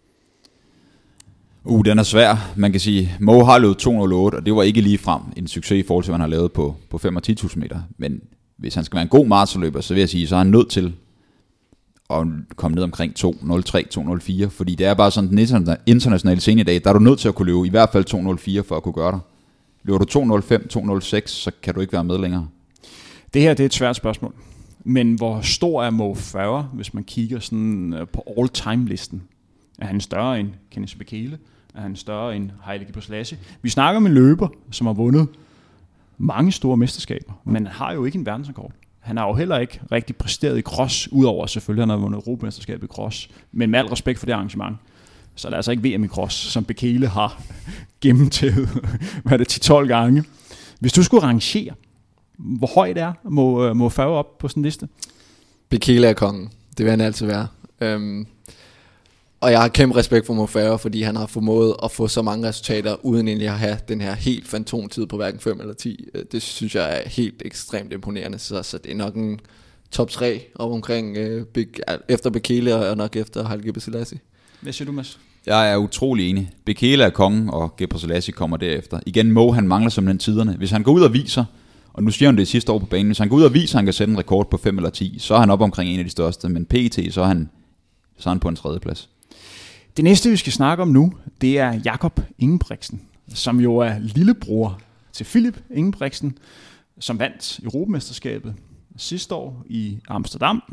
Den er svær. Man kan sige, Mo har løbet 208, og det var ikke lige frem en succes i forhold til, hvad han har lavet på 5 og 10.000 meter. Men hvis han skal være en god maratonløber, så vil jeg sige, så er han nødt til at komme ned omkring 2.03, 2.04, fordi det er bare sådan den internationale scene i dag, der er du nødt til at kunne løbe i hvert fald 2.04 for at kunne gøre det. Løber du 2.05, 2.06, så kan du ikke være med længere. Det her det er et svært spørgsmål. Men hvor stor er Mo Farah, hvis man kigger sådan på all-time-listen? Er han større end Kenneth Bekele? Er han større end Haile Gebrselassie? Vi snakker om en løber, som har vundet mange store mesterskaber, men han har jo ikke en verdensrekord. Han har jo heller ikke rigtig præsteret i cross, udover selvfølgelig, han har vundet Europamesterskab i cross. Men med al respekt for det arrangement, så er der altså ikke VM i cross, som Bekele har gennemtævet, 10-12 gange. Hvis du skulle rangere, hvor højt er Mo Farah op på sådan en liste? Bekele er kongen. Det vil han altid være. Og jeg har kæmpe respekt for Mo Farah, fordi han har formået at få så mange resultater, uden egentlig at have den her helt fantomtid på hverken 5 eller 10. Det synes jeg er helt ekstremt imponerende, så det er nok en top 3 op omkring efter Bekele og nok efter Haile Gebrselassie. Hvad siger du, Mads? Jeg er utrolig enig. Bekele er kongen, og Gebrselassie kommer derefter. Igen, Mo, han mangler simpelthen tiderne. Hvis han går ud og viser, og nu siger han det sidste år på banen, hvis han går ud og viser, at han kan sætte en rekord på 5 eller 10, så er han op omkring en af de største, men PET, så er han på en 3. plads. Det næste, vi skal snakke om nu, det er Jakob Ingebrigtsen, som jo er lillebror til Philip Ingebrigtsen, som vandt Europamesterskabet sidste år i Amsterdam.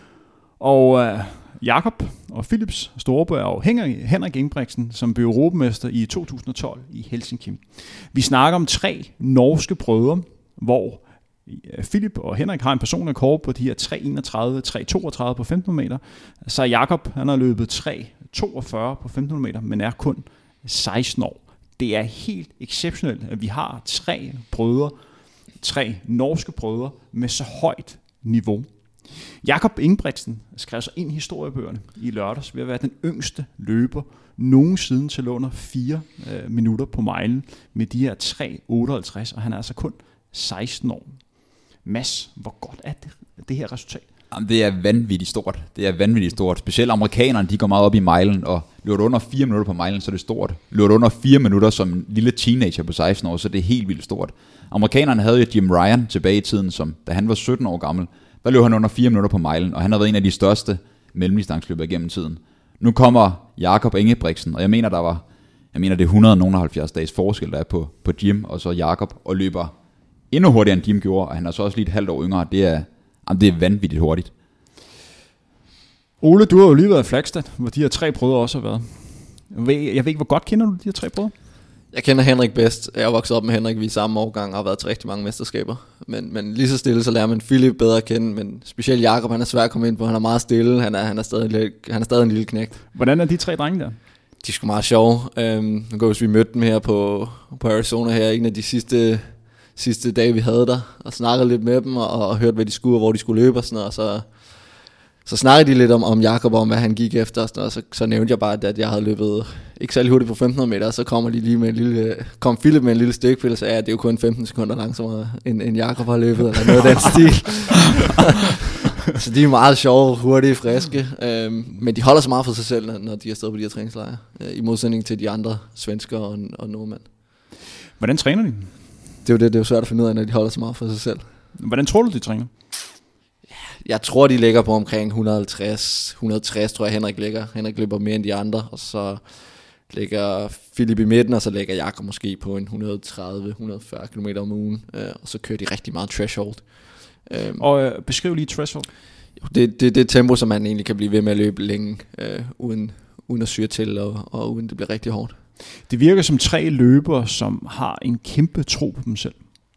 Og Jakob og Philips storebror er jo Henrik Ingebrigtsen, som blev europamester i 2012 i Helsinki. Vi snakker om 3 norske brødre, hvor Philip og Henrik har en personlig rekord på de her 3.31, 3.32 på 15 meter. Så Jakob, han har løbet 3.42 på 15 meter, men er kun 16 år. Det er helt exceptionelt, at vi har 3 norske brødre med så højt niveau. Jakob Ingebrigtsen skrev sig ind i historiebøgerne i lørdags ved at være den yngste løber nogensinde til under 4 minutter på milen med de her 3:58, og han er altså kun 16 år. Mads, hvor godt er det her resultat? Jamen, det er vanvittigt stort. Det er vanvittigt stort. Specielt amerikanerne, de går meget op i milen, og løber du under 4 minutter på milen, så er det stort. Løber du under 4 minutter som en lille teenager på 16 år, så er det helt vildt stort. Amerikanerne havde jo Jim Ryan tilbage i tiden, som da han var 17 år gammel, der løb han under 4 minutter på milen, og han har været en af de største mellemdistanceløbere gennem tiden. Nu kommer Jakob Ingebrigtsen, og jeg mener, det er 170 dages forskel, der er på Jim og så Jakob, og løber endnu hurtigere end Jim gjorde, og han er så også lige et halvt år yngre. Det er vanvittigt hurtigt. Ole, du har jo lige været i Flagstad, hvor de her 3 brødre også har været. Jeg ved ikke, hvor godt kender du de her 3 brødre? Jeg kender Henrik bedst. Jeg er vokset op med Henrik, vi i samme årgang og har været til rigtig mange mesterskaber. Men lige så stille, så lærer man Philip bedre at kende, men specielt Jakob, han er svær at komme ind på. Han er meget stille, han er stadig en lille knægt. Hvordan er de 3 drenge der? De er sgu meget sjove. Nu går vi mødte dem her på Arizona her, en af de sidste dage, vi havde der, og snakkede lidt med dem, og hørte, hvad de skulle, og hvor de skulle løbe og sådan noget, og så snakkede de lidt om Jakob, om hvad han gik efter, og sådan noget, og så nævnte jeg bare, at jeg havde løbet ikke særlig hurtigt på 1500 meter, og så kommer de lige med kom Philip med en lille stikpille, og sagde, ja, det er jo kun 15 sekunder langsommere, end Jakob har løbet, eller noget af den stil. Så de er meget sjove, hurtige, friske, men de holder så meget for sig selv, når de er afsted på de her træningslejre, i modsætning til de andre svenskere og nordmænd. Hvordan træner de? Det er jo svært at finde ud af, når de holder så meget for sig selv. Hvordan tror du, de træner? Jeg tror, de ligger på omkring 150-160, tror jeg Henrik ligger. Henrik løber mere end de andre, og så ligger Philip i midten, og så ligger Jakob måske på en 130-140 km om ugen, og så kører de rigtig meget threshold. Og beskriv lige threshold. Det er tempo, som man egentlig kan blive ved med at løbe længe, uden at syre til, og uden det bliver rigtig hårdt. Det virker som 3 løbere, som har en kæmpe tro på dem selv.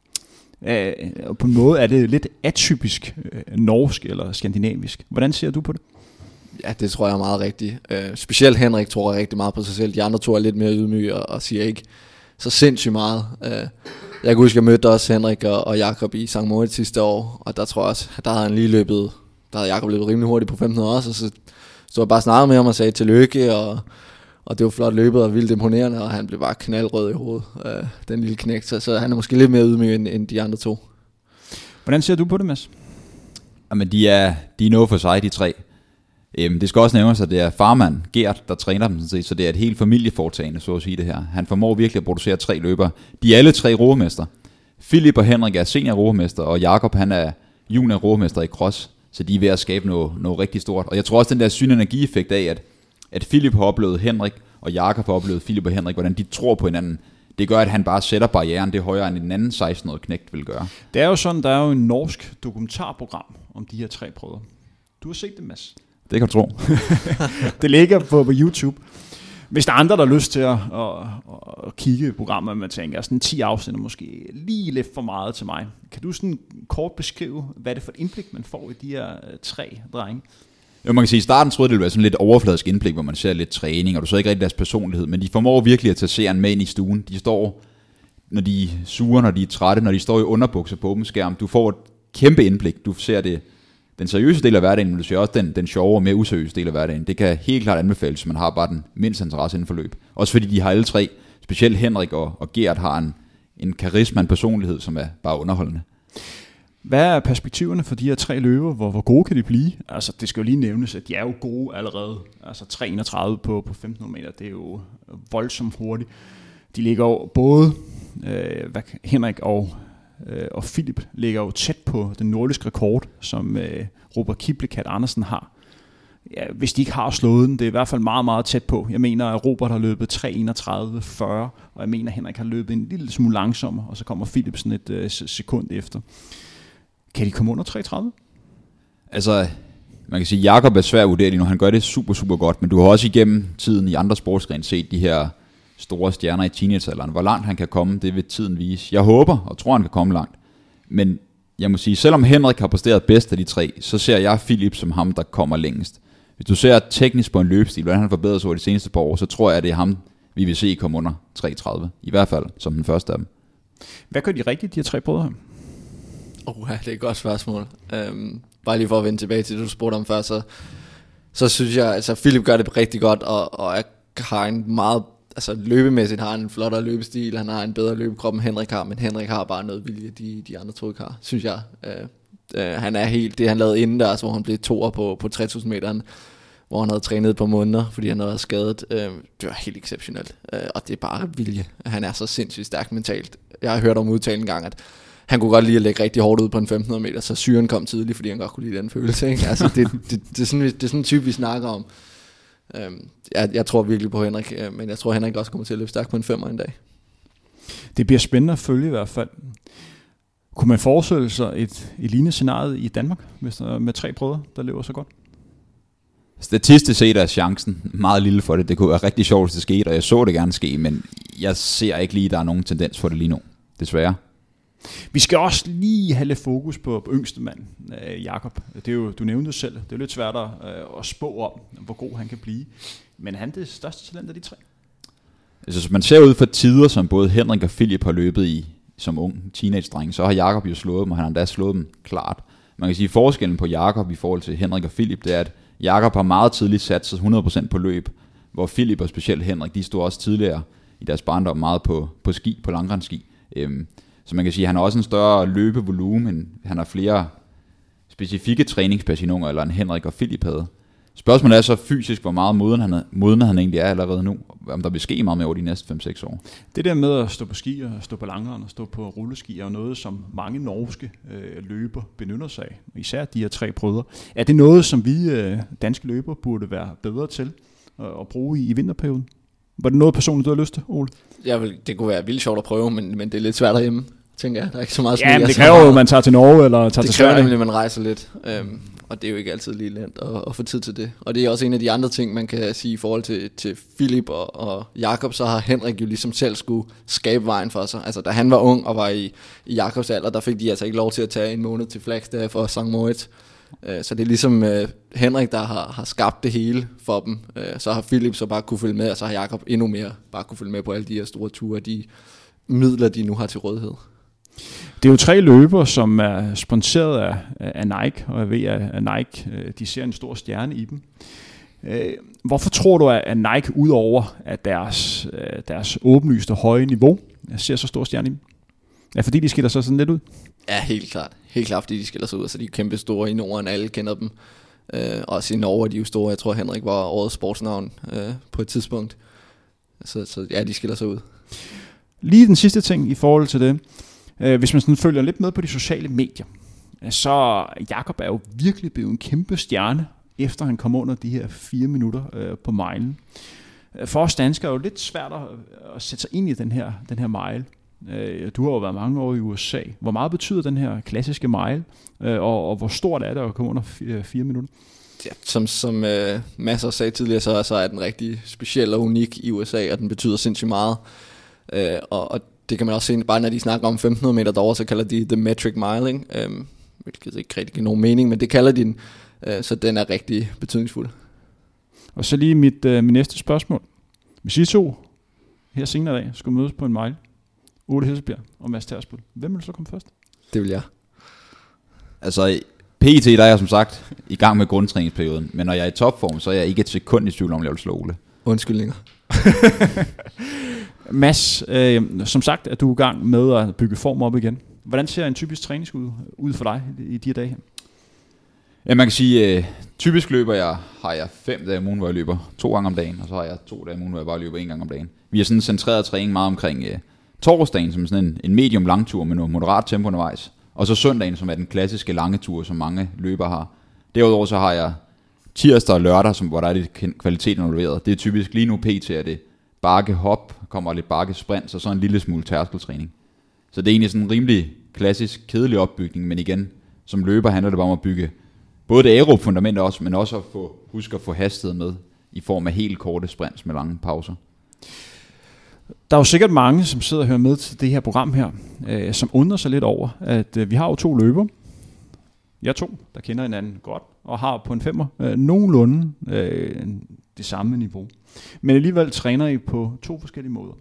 Og på en måde er det lidt atypisk norsk eller skandinavisk. Hvordan ser du på det? Ja, det tror jeg er meget rigtigt. Specielt Henrik tror rigtig meget på sig selv. De andre to er lidt mere ydmyge og siger ikke så sindssygt meget. Jeg kan huske, jeg mødte også Henrik og Jakob i St. Moritz sidste år, og der tror jeg også, der havde Jakob løbet rimelig hurtigt på 1500 også, og så stod jeg bare snakket med ham og sagde tillykke, og det var flot løbet og vildt imponerende, og han blev bare knaldrød i hovedet, den lille knægt. Så han er måske lidt mere ydmyg end de andre 2. Hvordan ser du på det, Mads? Jamen, de er noget for sig, de 3. Det skal også nævnes, at det er farmand Gert, der træner dem, så det er et helt familieforetagende, så at sige det her. Han formår virkelig at producere 3 løbere. De er alle 3 roermester. Philip og Henrik er senior roermester, og Jakob, han er junior roermester i cross, så de er ved at skabe noget rigtig stort. Og jeg tror også, den der synergieffekt af, at Philip har oplevet Henrik, og Jakob har oplevet Philip og Henrik, hvordan de tror på hinanden, det gør, at han bare sætter barrieren det højere, end den anden 16-årige knægt vil gøre. Det er jo sådan, der er jo en norsk dokumentarprogram om de her 3 brødre. Du har set det, Mads? Det kan du tro. Det ligger på YouTube. Hvis der er andre, der har lyst til at kigge programmet, man tænker, sådan 10 afsnit måske lige lidt for meget til mig. Kan du sådan kort beskrive, hvad det er for et indblik, man får i de her 3 drenge? Jo, man kan sige, i starten troede det ville være sådan lidt overfladisk indblik, hvor man ser lidt træning, og du så ikke rigtig deres personlighed, men de formår virkelig at tage seeren med ind i stuen. De står, når de er sure, når de er trætte, når de står i underbukser på åben skærm. Du får et kæmpe indblik. Du ser det, den seriøse del af hverdagen, men du ser også den sjove og mere useriøse del af hverdagen. Det kan helt klart anbefales, hvis man har bare den mindste interesse inden for løb. Også fordi de har alle 3, specielt Henrik og Gert, har en karisma, en personlighed, som er bare underholdende. Hvad er perspektiverne for de her 3 løber? Hvor gode kan de blive? Altså, det skal jo lige nævnes, at de er jo gode allerede. Altså 3:31 på 1500 meter, det er jo voldsomt hurtigt. De ligger jo både, Henrik og Philip ligger jo tæt på den nordiske rekord, som Robert Kiblekat Andersen har. Ja, hvis de ikke har slået den, det er i hvert fald meget, meget tæt på. Jeg mener, at Robert har løbet 3:31,40, og jeg mener, at Henrik har løbet en lille smule langsommere, og så kommer Philip sådan et sekund efter. Kan de komme under 3:30? Altså, man kan sige, at Jakob er svær at vurdere lige nu. Han gør det super, super godt, men du har også igennem tiden i andre sportsgrene set de her store stjerner i teenagealderen. Hvor langt han kan komme, det vil tiden vise. Jeg håber og tror, han kan komme langt. Men jeg må sige, selvom Henrik har præsteret bedst af de 3, så ser jeg Philip som ham, der kommer længst. Hvis du ser teknisk på en løbestil, hvordan han har forbedret sig over de seneste par år, så tror jeg, at det er ham, vi vil se komme under 3.30. I hvert fald som den første af dem. Hvad gør de rigtigt, de her 3 brødre her? Det er et godt spørgsmål. Bare lige for at vende tilbage til det, du spurgte om før, så synes jeg, altså Philip gør det rigtig godt, og har en meget, altså løbemæssigt har en flottere løbestil, han har en bedre løbekrop end Henrik har, men Henrik har bare noget vilje, de andre to ikke har, synes jeg. Han er helt, det han lavede inden der, hvor han blev 2'er på 3.000 meteren, hvor han havde trænet på måneder, fordi han havde været skadet. Det var helt exceptionelt, og det er bare vilje. Han er så sindssygt stærk mentalt. Jeg har hørt om udtalen en gang, at han kunne godt lide at lægge rigtig hårdt ud på en 1500 meter, så syren kom tidligt, fordi han godt kunne lide den følelse. Ikke? Altså, det er sådan en type, vi snakker om. Jeg tror virkelig på Henrik, men jeg tror, Henrik også kommer til at løbe stærkt på en 5'er en dag. Det bliver spændende at følge i hvert fald. Kunne man forestille sig et lignende scenarie i Danmark, hvis der med 3 brødre, der løber så godt? Statistisk set er chancen meget lille for det. Det kunne være rigtig sjovt, hvis det skete, og jeg så det gerne ske, men jeg ser ikke lige, at der er nogen tendens for det lige nu, desværre. Vi skal også lige have lidt fokus på yngste mand, Jakob. Det er jo, du nævnte det selv, det er jo lidt svært at spå om, hvor god han kan blive. Men han er det største talent af de 3. Altså, hvis man ser ud for tider, som både Henrik og Philip har løbet i som ung teenage-dreng, så har Jakob jo slået dem, og han har endda slået dem klart. Man kan sige, at forskellen på Jakob i forhold til Henrik og Philip, det er, at Jakob har meget tidligt sat sig 100% på løb, hvor Philip og specielt Henrik, de stod også tidligere i deres barndom meget på ski, på langrensski. Så man kan sige, at han har også en større løbevolumen, han har flere specifikke træningspersoner, eller en Henrik og Philip havde. Spørgsmålet er så fysisk, hvor meget moden han egentlig er allerede nu, om der vil ske meget med over de næste 5-6 år. Det der med at stå på ski og stå på langrend og stå på rulleski er jo noget, som mange norske løber benytter sig af, især de her 3 brødre. Er det noget, som vi danske løber burde være bedre til at bruge i vinterperioden? Var det noget personligt, du har lyst til, Ole? Det kunne være vildt sjovt at prøve, men det er lidt svært derhjemme, tænker jeg. Der er ikke så meget sne. Ja, men det kræver jo, at man tager til Norge eller tager til Sverige. Det kræver nemlig, at man rejser lidt. Og det er jo ikke altid lige nemt at få tid til det. Og det er også en af de andre ting, man kan sige i forhold til Philip og Jakob, så har Henrik jo ligesom selv skulle skabe vejen for sig. Altså da han var ung og var i Jakobs alder, der fik de altså ikke lov til at tage en måned til Flagstaff for St. Moritz. Så det er ligesom Henrik, der har skabt det hele for dem. Så har Philip så bare kunne følge med, og så har Jakob endnu mere bare kunne følge med på alle de her store ture, de midler, de nu har til rådighed. Det er jo 3 løbere, som er sponsoreret af Nike, og jeg ved, at Nike de ser en stor stjerne i dem. Hvorfor tror du, at Nike, udover at deres åbenlyste høje niveau, ser så stor stjerne i dem? Ja, fordi de skiller sig sådan lidt ud? Ja, helt klart. Helt klart, fordi de skiller sig ud. Så de er kæmpe store i Norden, alle kender dem. Også i Norge er de jo store. Jeg tror, Henrik var årets sportsnavn på et tidspunkt. Så ja, de skiller sig ud. Lige den sidste ting i forhold til det. Hvis man sådan følger lidt med på de sociale medier, så Jakob er jo virkelig blevet en kæmpe stjerne, efter han kom under de her 4 minutter på milen. For os danskere er jo lidt svært at sætte sig ind i den her mile. Du har jo været mange år i USA. Hvor meget betyder den her klassiske mile, og hvor stort er det at komme under 4 minutter? Ja, som Mads sagde tidligere, så er den rigtig speciel og unik i USA, og den betyder sindssygt meget. Og det kan man også se, bare når de snakker om 1500 meter derovre, så kalder de the metric mile, ikke? Hvilket ikke rigtig giver nogen mening, men det kalder de den, så den er rigtig betydningsfuld. Og så lige mit næste spørgsmål. Hvis I to her senere i dag skulle mødes på en mile, Ole Hesselbjerg og Mads Tersbøl, hvem vil så komme først? Det vil jeg. Altså, PET, der er jeg som sagt i gang med grundtræningsperioden, men når jeg er i topform, så er jeg ikke et sekund i tvivl om, jeg vil slå Ole. Undskyldninger. Mads, som sagt er du i gang med at bygge form op igen. Hvordan ser en typisk træning ud for dig i de her dage her? Ja, man kan sige, typisk har jeg 5 dage om ugen, hvor jeg løber 2 gange om dagen, og så har jeg 2 dage om ugen, hvor jeg bare løber 1 gang om dagen. Vi har sådan centreret træning meget omkring torsdagen, som sådan en medium langtur med noget moderat tempo undervejs, og så søndagen, som er den klassiske lange tur, som mange løbere har. Derudover så har jeg tirsdag og lørdag, hvor der er lidt kvalitet involveret. Det er typisk lige nu pt. Er det bakke hop, kommer lidt bakke sprint, og så en lille smule tærskeltræning. Så det er egentlig sådan en rimelig klassisk, kedelig opbygning, men igen, som løber handler det bare om at bygge både det aerob fundament også, men også at huske at få hastighed med i form af helt korte sprints med lange pauser. Der er jo sikkert mange, som sidder og hører med til det her program her, som undrer sig lidt over, at vi har jo 2 løbere. Jeg er 2, der kender hinanden godt, og har på en 5'er nogenlunde det samme niveau. Men alligevel træner I på 2 forskellige måder.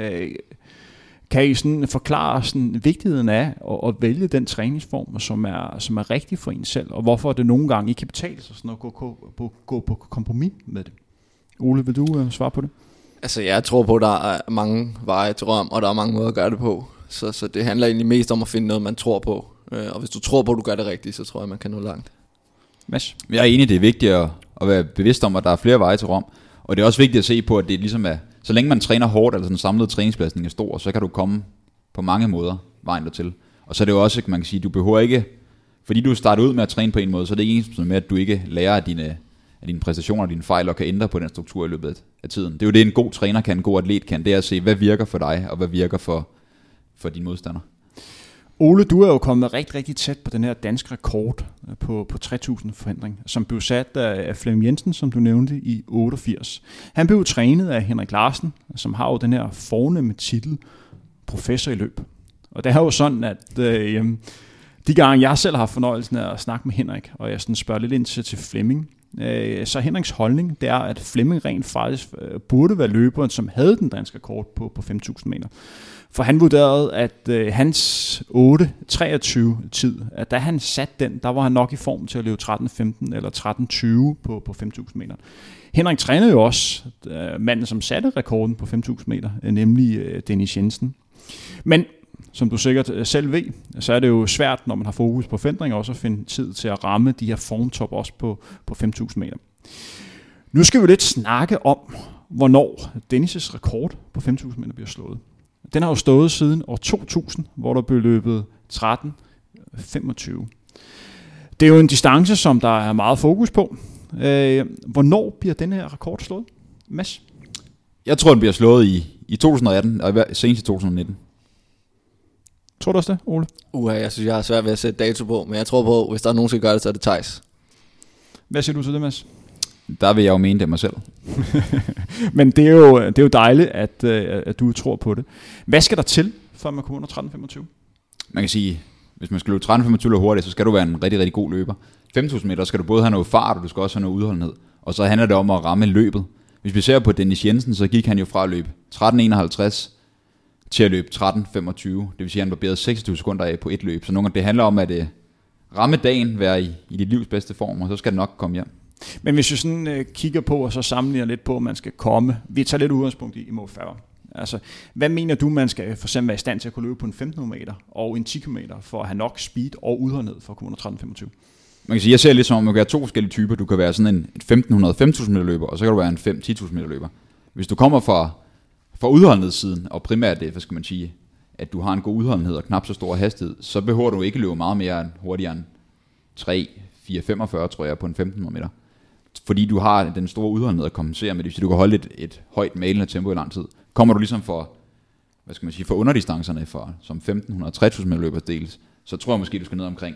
Kan I sådan forklare sådan vigtigheden af at vælge den træningsform, som er rigtig for en selv, og hvorfor det nogle gange ikke kan betale sig sådan at gå på kompromis med det? Ole, vil du svare på det? Altså, jeg tror på, at der er mange veje til Rom, og der er mange måder at gøre det på. Så det handler egentlig mest om at finde noget, man tror på. Og hvis du tror på, at du gør det rigtigt, så tror jeg, man kan nå langt. Mads? Jeg er enig, det er vigtigt at være bevidst om, at der er flere veje til Rom. Og det er også vigtigt at se på, at det ligesom er, så længe man træner hårdt, eller den samlede træningsbelastning er stor, så kan du komme på mange måder vejen dertil. Og så er det jo også, man kan sige, du behøver ikke, fordi du starter ud med at træne på en måde, så er det ikke ens med, at du ikke lærer af dine præstationer og dine fejl, og kan ændre på den struktur i løbet af tiden. Det er jo det, en god træner kan, en god atlet kan, det er at se, hvad virker for dig, og hvad virker for dine modstandere. Ole, du er jo kommet rigtig, rigtig tæt på den her danske rekord på 3000 forhindring, som blev sat af Flemming Jensen, som du nævnte, i 88. Han blev trænet af Henrik Larsen, som har jo den her fornemme titel, professor i løb. Og det er jo sådan, at de gange jeg selv har fornøjelsen af at snakke med Henrik, og jeg sådan spørger lidt ind til Flemming, så Henriks holdning, det er, at Flemming rent faktisk burde være løberen, som havde den danske rekord på 5000 meter. For han vurderede, at hans 8.23 tid, at da han satte den, der var han nok i form til at løbe 13.15 eller 13.20 på 5.000 meter. Henrik trænede jo også manden, som satte rekorden på 5.000 meter, nemlig Dennis Jensen. Men som du sikkert selv ved, så er det jo svært, når man har fokus på forhindringer, også at finde tid til at ramme de her formtop også på 5.000 meter. Nu skal vi lidt snakke om, hvornår Dennis' rekord på 5.000 meter bliver slået. Den har jo stået siden år 2000, hvor der blev løbet 13.25. Det er jo en distance, som der er meget fokus på. Hvornår bliver den her rekord slået? Mads? Jeg tror, den bliver slået i 2018, og senest i 2019. Tror du også det, Ole? Jeg synes, jeg har svært ved at sætte dato på, men jeg tror på, hvis der er nogen, der skal gøre det, så er det Theis. Hvad siger du til det, Mads? Der vil jeg jo mene det mig selv. Men det er jo dejligt, at du tror på det. Hvad skal der til, for man kommer under 13.25? Man kan sige, hvis man skal løbe 13.25 hurtigt, så skal du være en rigtig, rigtig god løber. 5.000 meter skal du både have noget fart, og du skal også have noget udholdenhed. Og så handler det om at ramme løbet. Hvis vi ser på Dennis Jensen, så gik han jo fra at løbe 13.51 til at løbe 13.25. Det vil sige, at han barberede 26 sekunder af på et løb. Så nogle gange det handler om at ramme dagen, være i dit livs bedste form, og så skal det nok komme hjem. Men hvis vi sådan kigger på, og så sammenligner lidt på, at man skal komme, vi tager lidt udgangspunkt i Mo Farah. Altså, hvad mener du, man skal for eksempel være i stand til at kunne løbe på en 15 meter og en 10 km for at have nok speed og udholdenhed for at komme under 13.25? Man kan sige, jeg ser lidt som om, man kan være 2 forskellige typer. Du kan være sådan en 1.500-5.000 meter løber, og så kan du være en 5-10.000 meter løber. Hvis du kommer fra udholdenhedssiden, og primært det, hvad skal man sige, at du har en god udholdenhed og knap så stor hastighed, så behøver du ikke løbe meget mere hurtigere end 3-4-45, tror jeg, på en 1.500 meter. Fordi du har den store udholdenhed at kompensere med det, så du kan holde et højt malende tempo i lang tid. Kommer du ligesom for underdistancerne, som 1.500-3.000 meter løber dels, så tror jeg måske, du skal ned omkring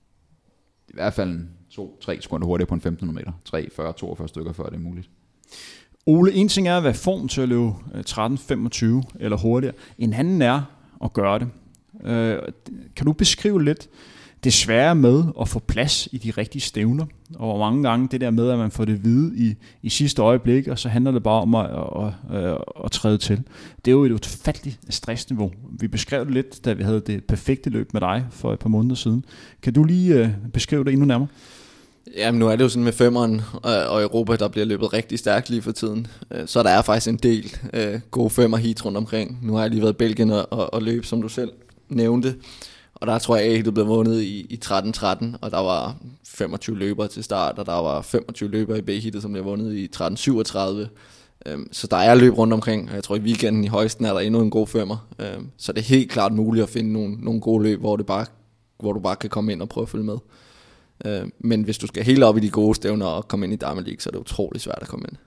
i hvert fald 2-3 sekunder hurtigere på en 1.500 meter. 3-40-42 stykker, før det er muligt. Ole, en ting er at være i form til at løbe 13.25 eller hurtigere. En anden er at gøre det. Kan du beskrive lidt det svære med at få plads i de rigtige stævner, og hvor mange gange det der med, at man får det vide i sidste øjeblik, og så handler det bare om at træde til. Det er jo et ufatteligt stressniveau. Vi beskrev det lidt, da vi havde det perfekte løb med dig for et par måneder siden. Kan du lige beskrive det endnu nærmere? Jamen nu er det jo sådan med femmeren og Europa, der bliver løbet rigtig stærkt lige for tiden. Så der er faktisk en del gode femmer heat rundt omkring. Nu har jeg lige været i Belgien og løb, som du selv nævnte. Og der tror jeg, at det blev vundet i 13.13, og der var 25 løbere til start, og der var 25 løbere i B-heatet, som blev vundet i 13.37. Så der er løb rundt omkring, og jeg tror i weekenden i højsten er der endnu en god femmer. Så det er helt klart muligt at finde nogle gode løb, hvor du bare kan komme ind og prøve at følge med. Men hvis du skal helt op i de gode stævner og komme ind i Diamond League, så er det utroligt svært at komme ind.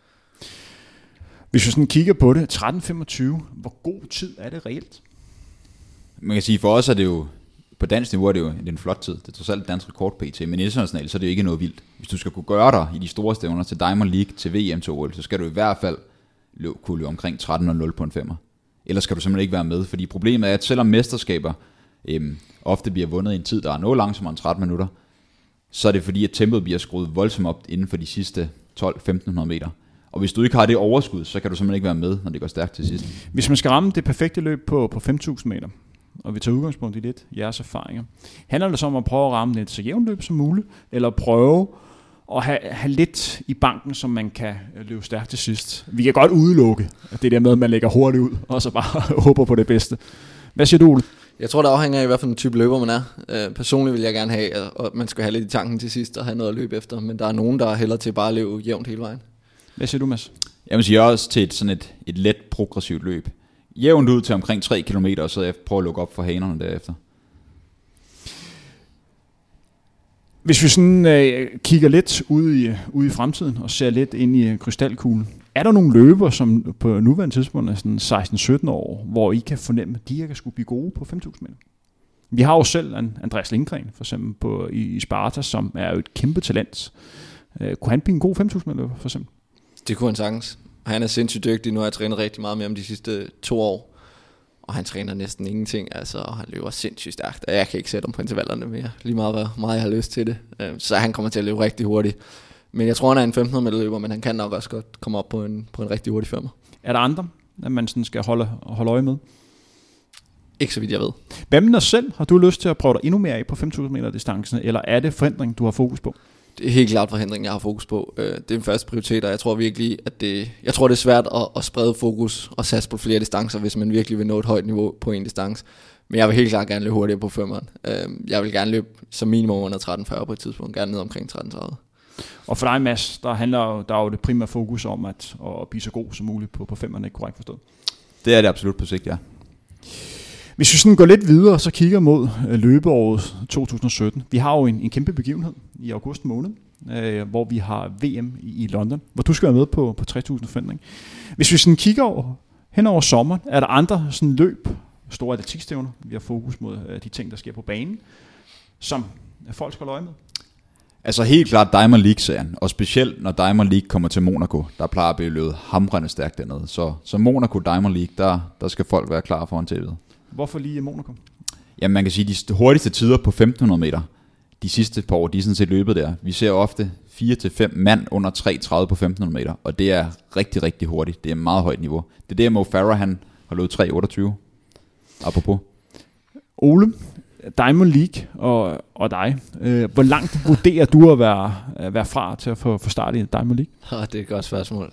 Hvis vi sådan kigger på det, 13.25, hvor god tid er det reelt? Man kan sige, for os er det jo, på dansk niveau er det jo en flot tid. Det er trods alt dansk rekord PT, men internationalt så er det jo ikke noget vildt. Hvis du skal kunne gøre dig i de store stævner til Diamond League, til VM, til OL, så skal du i hvert fald kunne løbe omkring 13.00 på en femmer. Ellers skal du simpelthen ikke være med, fordi problemet er, at selvom mesterskaber ofte bliver vundet i en tid, der er noget langsommere end 13 minutter, så er det fordi, at tempoet bliver skruet voldsomt op inden for de sidste 12-1500 meter. Og hvis du ikke har det overskud, så kan du simpelthen ikke være med, når det går stærkt til sidst. Hvis man skal ramme det perfekte løb på 5.000 meter, og vi tager udgangspunkt i lidt jeres erfaringer, handler det så om at prøve at ramme et så jævnt løb som muligt, eller prøve at have lidt i banken, som man kan løbe stærkt til sidst? Vi kan godt udelukke det der med, at man lægger hurtigt ud, og så bare håber på det bedste. Hvad siger du, Ole? Jeg tror, det afhænger af, hvad for en type løber man er. Personligt vil jeg gerne have, at man skal have lidt i tanken til sidst og have noget at løbe efter. Men der er nogen, der er hellere til bare at løbe jævnt hele vejen. Hvad siger du, Mads? Jeg vil sige også til et let progressivt løb. Jævnt ud til omkring 3 km, og så prøve at lukke op for hanerne derefter. Hvis vi sådan kigger lidt ud i fremtiden og ser lidt ind i krystalkuglen, er der nogle løber, som på nuværende tidspunkt er sådan 16-17 år, hvor I kan fornemme, at de her kan skulle blive gode på 5.000 meter? Vi har jo selv Andreas Lindgren, for eksempel i Sparta, som er jo et kæmpe talent. Kunne han blive en god 5.000 meter løber, for eksempel? Det kunne han sagtens. Han er sindssygt dygtig. Nu har jeg trænet rigtig meget med ham de sidste 2 år. Og han træner næsten ingenting. Altså, og han løber sindssygt stærkt. Og jeg kan ikke sætte ham på intervallerne mere. Lige meget, hvor meget jeg har lyst til det. Så han kommer til at løbe rigtig hurtigt. Men jeg tror, han er en 1500 meter løber, men han kan nok også godt komme op på en rigtig hurtig femmer. Er der andre, at man sådan skal holde øje med? Ikke så vidt jeg ved. Hvad med dig selv? Har du lyst til at prøve dig endnu mere af på 5.000 meter distancen, eller er det forhindring, du har fokus på? Det er helt klart forhindring, jeg har fokus på. Det er en første prioritet, og jeg tror virkelig, at det er svært at sprede fokus og satse på flere distancer, hvis man virkelig vil nå et højt niveau på en distance. Men jeg vil helt klart gerne løbe hurtigere på femmeren. Jeg vil gerne løbe som minimum under 13.40 på et tidspunkt, gerne ned omkring 13.30. Og for dig, Mads, der er jo det primære fokus om at blive så god som muligt på femmeren, ikke korrekt forstået? Det er det absolut på sigt, ja. Hvis vi sådan går lidt videre, så kigger mod løbeåret 2017. Vi har jo en kæmpe begivenhed i august måned, hvor vi har VM i London, hvor du skal være med på 3.000 forhindring. Hvis vi sådan kigger hen over sommeren, er der andre sådan løb, store atletikstævner, vi har fokus mod de ting, der sker på banen, som folk skal holde øje med? Altså helt klart Diamond League-serien, og specielt når Diamond League kommer til Monaco, der plejer at blive løbet hamrende stærkt dernede. Så Monaco Diamond League, der skal folk være klar for håndteret. Hvorfor lige Monaco? Jamen man kan sige, de hurtigste tider på 1.500 meter, de sidste par år, de er sådan set løbet der. Vi ser ofte 4-5 mand under 3.30 på 1.500 meter, og det er rigtig, rigtig hurtigt. Det er meget højt niveau. Det er det, Mo Farah, han har løbet 3.28. Apropos. Ole, Diamond League og dig. Hvor langt vurderer du at være fra til at få start i Diamond League? Det er et godt spørgsmål.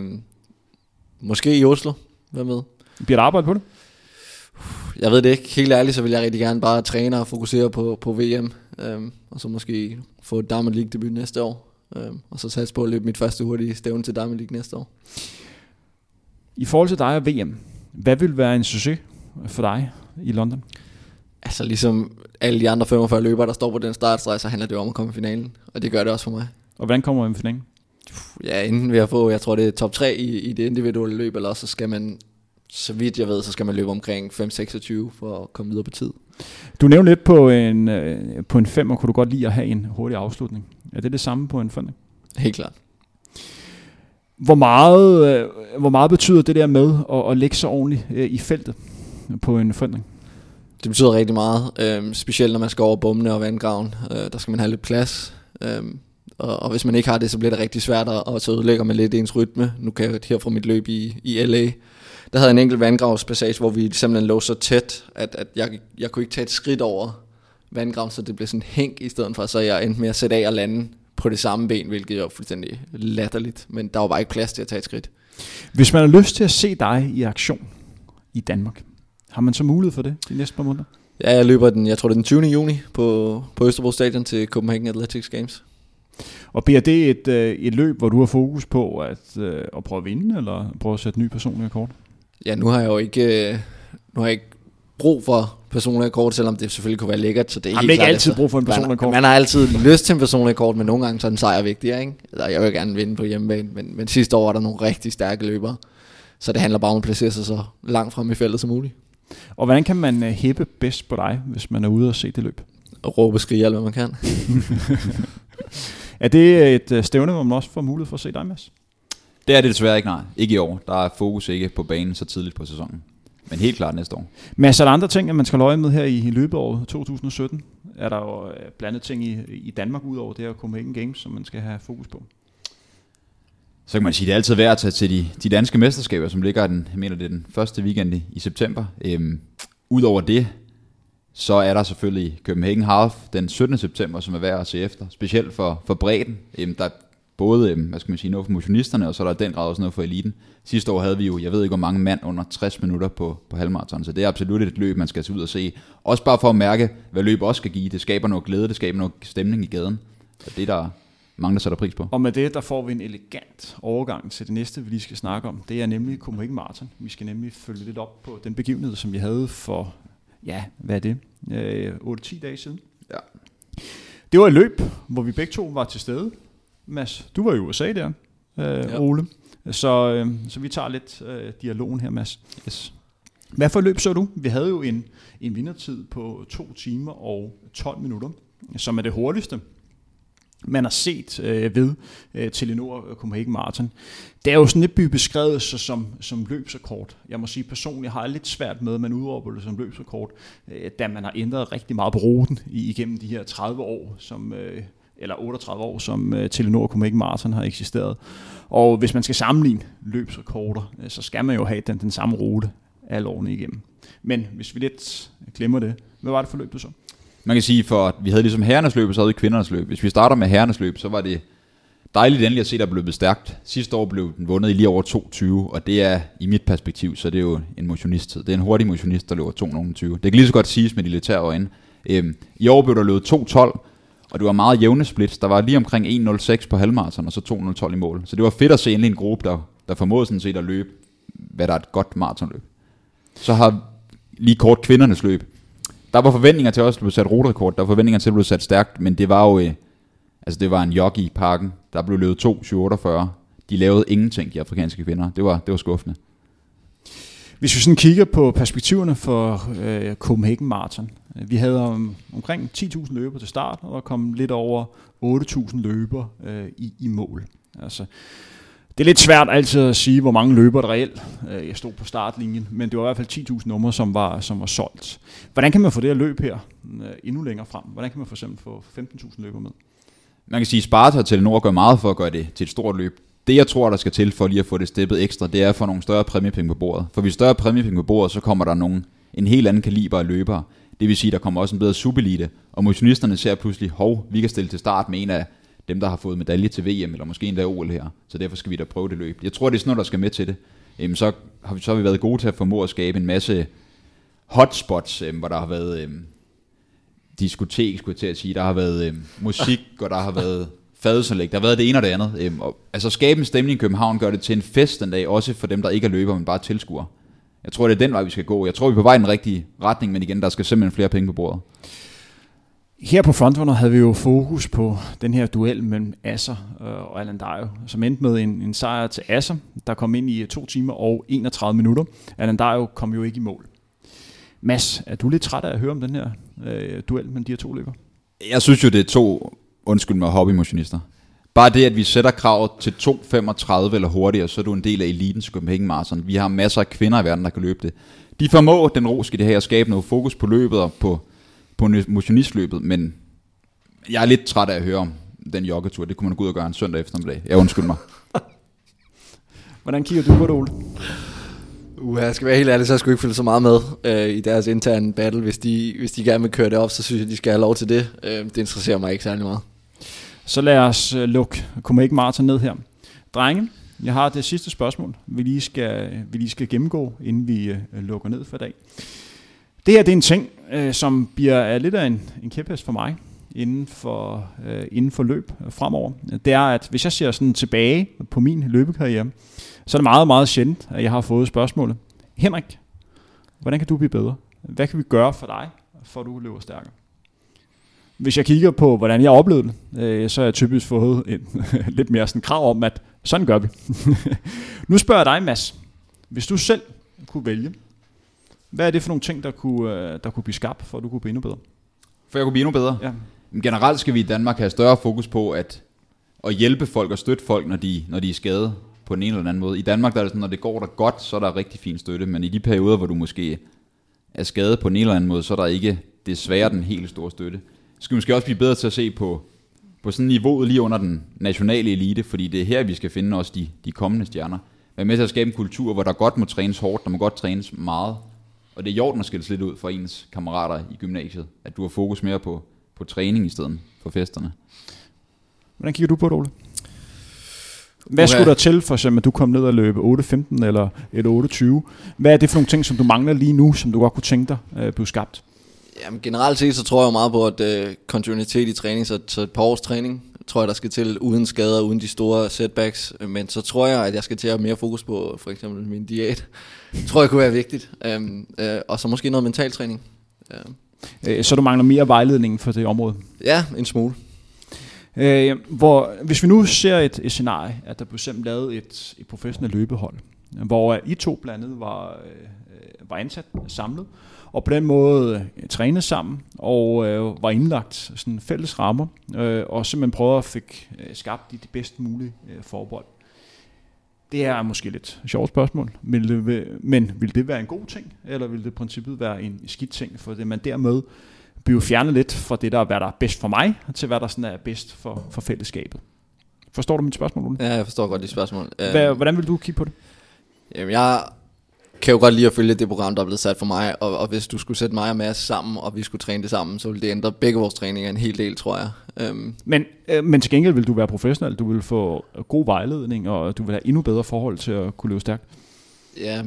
Måske i Oslo. Hvad med? Bliver der arbejdet på det? Jeg ved det ikke. Helt ærligt, så vil jeg rigtig gerne bare træne og fokusere på VM. Og så måske få et Diamond League debut næste år. Og så satse på at løbe mit første hurtige stævne til Diamond League næste år. I forhold til dig og VM, hvad vil være en succes for dig i London? Altså ligesom alle de andre 45 løbere, der står på den startstreg, så handler det om at komme i finalen. Og det gør det også for mig. Og hvordan kommer man i finalen? Ja, enten ved at få, jeg tror det er top 3 i det individuelle løb, eller så skal man, så vidt jeg ved, så skal man løbe omkring 5.26 for at komme videre på tid. Du nævnte lidt på en 5, og kunne du godt lide at have en hurtig afslutning. Er det samme på en 5? Helt klart. Hvor meget betyder det der med at lægge sig ordentligt i feltet på en 5? Det betyder rigtig meget, specielt når man skal over bommene og vandgraven. Der skal man have lidt plads. Og hvis man ikke har det, så bliver det rigtig svært, og så ødelægger man lidt ens rytme. Nu kan jeg her fra mit løb i LA. Der havde en enkelt vandgravspassage, hvor vi simpelthen lå så tæt, at jeg kunne ikke tage et skridt over vandgraven, så det blev sådan hænk i stedet for, så jeg endte med at sætte af og lande på det samme ben, hvilket jo fuldstændig latterligt, men der var bare ikke plads til at tage et skridt. Hvis man har lyst til at se dig i aktion i Danmark, har man så mulighed for det de næste par måneder? Ja, jeg løber den 20. juni på Østerbro Stadion til Copenhagen Athletics Games. Og bliver det et løb, hvor du har fokus på at prøve at vinde, eller prøve at sætte ny personlig rekord? Ja, nu har jeg jo ikke brug for personlig rekord, selvom det selvfølgelig kunne være lækkert. Så det er helt ikke altid brug for en personlig rekord. Man har altid lyst til en personlig rekord, men nogle gange så er en sejr vigtigere, ikke? Altså, jeg vil gerne vinde på hjemmebane, men sidste år var der nogle rigtig stærke løbere. Så det handler bare om at placere sig så langt frem i feltet som muligt. Og hvordan kan man hæppe bedst på dig, hvis man er ude og se det løb? Og råbe og skrige alt, hvad man kan. Er det et stævne, hvor man også får mulighed for at se dig, Mads? Det er det desværre ikke, nej. Ikke i år. Der er fokus ikke på banen så tidligt på sæsonen. Men helt klart næste år. Mads, er der andre ting, at man skal holde øje med her i løbeåret 2017? Er der jo blandet ting i Danmark ud over det her Copenhagen Games, som man skal have fokus på? Så kan man sige, at det er altid værd at tage til de danske mesterskaber, som ligger jeg mener det er den første weekend i september. Udover det, så er der selvfølgelig Copenhagen Half den 17. september, som er værd at se efter. Specielt for bredden. Der er både noget for motionisterne, og så er der den grad også noget for eliten. Sidste år havde vi jo, jeg ved ikke hvor mange mand under 60 minutter på halvmarathon, så det er absolut et løb, man skal se ud og se. Også bare for at mærke, hvad løb også skal give. Det skaber noget glæde, det skaber noget stemning i gaden. Og det der mange, der sætter pris på. Og med det, der får vi en elegant overgang til det næste, vi lige skal snakke om. Det er nemlig Copenhagen Marathon. Vi skal nemlig følge lidt op på den begivenhed, som vi havde for, hvad er det? 8-10 dage siden. Ja. Det var et løb, hvor vi begge to var til stede. Mads, du var i USA der, Ole. Så vi tager lidt dialogen her, Mads. Yes. Hvad for løb så du? Vi havde jo en vindertid på 2 timer og 12 minutter, som er det hurtigste, man har set ved Telenor Copenhagen Marathon. Det er jo sådan lidt beskrevet som løbsrekord. Jeg må sige personligt, har jeg lidt svært med, at man udråber det som løbsrekord, da man har ændret rigtig meget på ruten igennem de her 30 år, eller 38 år, som Telenor Copenhagen Marathon har eksisteret. Og hvis man skal sammenligne løbsrekorder, så skal man jo have den samme rute alle årene igennem. Men hvis vi lidt glemmer det, hvad var det for løb, du så? Man kan sige, for vi havde ligesom herrenes løb, og så havde vi kvindernes løb. Hvis vi starter med herrenes løb, så var det dejligt endelig at se, der blev løbet stærkt. Sidste år blev den vundet i lige over 2:20, og det er i mit perspektiv, så det er jo en motionisttid. Det er en hurtig motionist, der løber 2:20. Det kan lige så godt siges med de militære øjne. I år blev der løbet 2:12, og det var meget jævne splits. Der var lige omkring 1:06 på halvmarathon, og så 2:12 i mål. Så det var fedt at se endelig en gruppe, der formåede sådan set at løbe, hvad der er et godt maratonløb. Så har lige kort kvindernes løb. Der var forventninger til også at blive sat ruterekord, der var forventninger til at blive sat stærkt, men det var jo, det var en jockey i parken, der blev løbet 2:47. De lavede ingenting, de afrikanske kvinder. Det var skuffende. Hvis vi sådan kigger på perspektiverne for Copenhagen Marathon, vi havde omkring 10.000 løbere til start, og der kom lidt over 8.000 løbere i mål. Altså, det er lidt svært altid at sige, hvor mange løbere der reelt stod på startlinjen, men det var i hvert fald 10.000 numre, som var solgt. Hvordan kan man få det her løb her endnu længere frem? Hvordan kan man for eksempel få 15.000 løbere med? Man kan sige, at Sparta og Telenor gør meget for at gøre det til et stort løb. Det jeg tror, der skal til for lige at få det steppet ekstra, det er at få nogle større præmiepenge på bordet. For hvis større præmiepenge på bordet, så kommer der en helt anden kaliber af løbere. Det vil sige, der kommer også en bedre subelite, og motionisterne ser pludselig, vi kan stille til start med en af dem, der har fået medalje til VM, eller måske endda OL her. Så derfor skal vi da prøve det løb. Jeg tror, det er sådan noget, der skal med til det. Så har vi været gode til at formå at skabe en masse hotspots, hvor der har været diskotek, skulle jeg til at sige. Der har været musik, og der har været fadelsanlæg. Der har været det ene og det andet. Altså skabe en stemning i København, gør det til en fest den dag, også for dem, der ikke er løber, men bare tilskuer. Jeg tror, det er den vej, vi skal gå. Jeg tror, vi er på vej i den rigtige retning, men igen, der skal simpelthen flere penge på bordet. Her på Frontrunner havde vi jo fokus på den her duel mellem Asser og Alandayo, som endte med en sejr til Asser, der kom ind i 2 timer og 31 minutter. Alandayo kom jo ikke i mål. Mads, er du lidt træt af at høre om den her duel mellem de her 2 løbere? Jeg synes jo, det er 2, hobbymotionister. Bare det, at vi sætter kravet til 2:35 eller hurtigere, så er du en del af elitens Copenhagen Marathon. Vi har masser af kvinder i verden, der kan løbe det. De formår den ros i det her at skabe noget fokus på løbet og på motionistløbet, men jeg er lidt træt af at høre om den joggetur. Det kunne man gå ud og gøre en søndag eftermiddag. Jeg undskylder mig. Hvordan kigger du på det, Ole? Jeg skal være helt ærlig, så jeg skulle ikke følge så meget med i deres interne battle. Hvis de gerne vil køre det op, så synes jeg, de skal have lov til det. Det interesserer mig ikke særlig meget. Så lad os lukke Copenhagen Marathon ned her. Drenge, jeg har det sidste spørgsmål, vi lige skal gennemgå, inden vi lukker ned for i dag. Det her det er en ting, som bliver lidt af en kæphest for mig inden for løb fremover. Det er, at hvis jeg ser sådan tilbage på min løbekarriere, så er det meget, meget sjældent, at jeg har fået spørgsmålet: Henrik, hvordan kan du blive bedre? Hvad kan vi gøre for dig, for at du løber stærkere? Hvis jeg kigger på, hvordan jeg oplevede det, så har jeg typisk fået lidt mere sådan krav om, at sådan gør vi. Nu spørger jeg dig, Mads. Hvis du selv kunne vælge, hvad er det for nogle ting, der kunne blive skabt, for at du kunne blive endnu bedre? For jeg kunne blive endnu bedre? Ja. Generelt skal vi i Danmark have større fokus på at hjælpe folk og støtte folk, når de er skadet på en eller anden måde. I Danmark der er det sådan, når det går der godt, så er der rigtig fin støtte, men i de perioder, hvor du måske er skadet på en eller anden måde, så er der ikke desværre den helt store støtte. Så skal vi måske også blive bedre til at se på på sådan niveauet lige under den nationale elite, fordi det er her, vi skal finde også de kommende stjerner. Være med til at skabe en kultur, hvor der godt må trænes hårdt, der må godt trænes meget, og det er i orden at skille lidt ud for ens kammerater i gymnasiet, at du har fokus mere på træning i stedet for festerne. Hvordan kigger du på det, Ole? Hvad skulle der til, for eksempel, at du kom ned og løbe 8.15 eller et 8.20? Hvad er det for nogle ting, som du mangler lige nu, som du godt kunne tænke dig blev skabt? Jamen, generelt set, så tror jeg meget på, at kontinuitet i træning, så et par års træning, tror jeg, der skal til uden skader, uden de store setbacks. Men så tror jeg, at jeg skal til at have mere fokus på for eksempel min diæt. tror jeg kunne være vigtigt. Og så måske noget mental træning. Så du mangler mere vejledning for det område? Ja, en smule. Hvis vi nu ser et scenarie, at der blev simpelthen lavet et professionelt løbehold, hvor I to blandt andet var ansat samlet, og på den måde trænet sammen, og var indlagt sådan fælles rammer, og simpelthen prøvede at fik skabt de bedst mulige forbold. Det er måske lidt sjovt spørgsmål, men vil det være en god ting, eller vil det i princippet være en skidt ting, for det man dermed bliver fjernet lidt fra det, hvad der er bedst for mig, til hvad der sådan er bedst for fællesskabet. Forstår du mit spørgsmål, Ole? Ja, jeg forstår godt dit spørgsmål. Hvordan vil du kigge på det? Jamen, jeg kan jo godt lide at følge det program, der er blevet sat for mig, og hvis du skulle sætte mig og Mads sammen, og vi skulle træne det sammen, så ville det ændre begge vores træninger en hel del, tror jeg. Men til gengæld vil du være professionel, du vil få god vejledning, og du vil have endnu bedre forhold til at kunne løbe stærkt. Ja,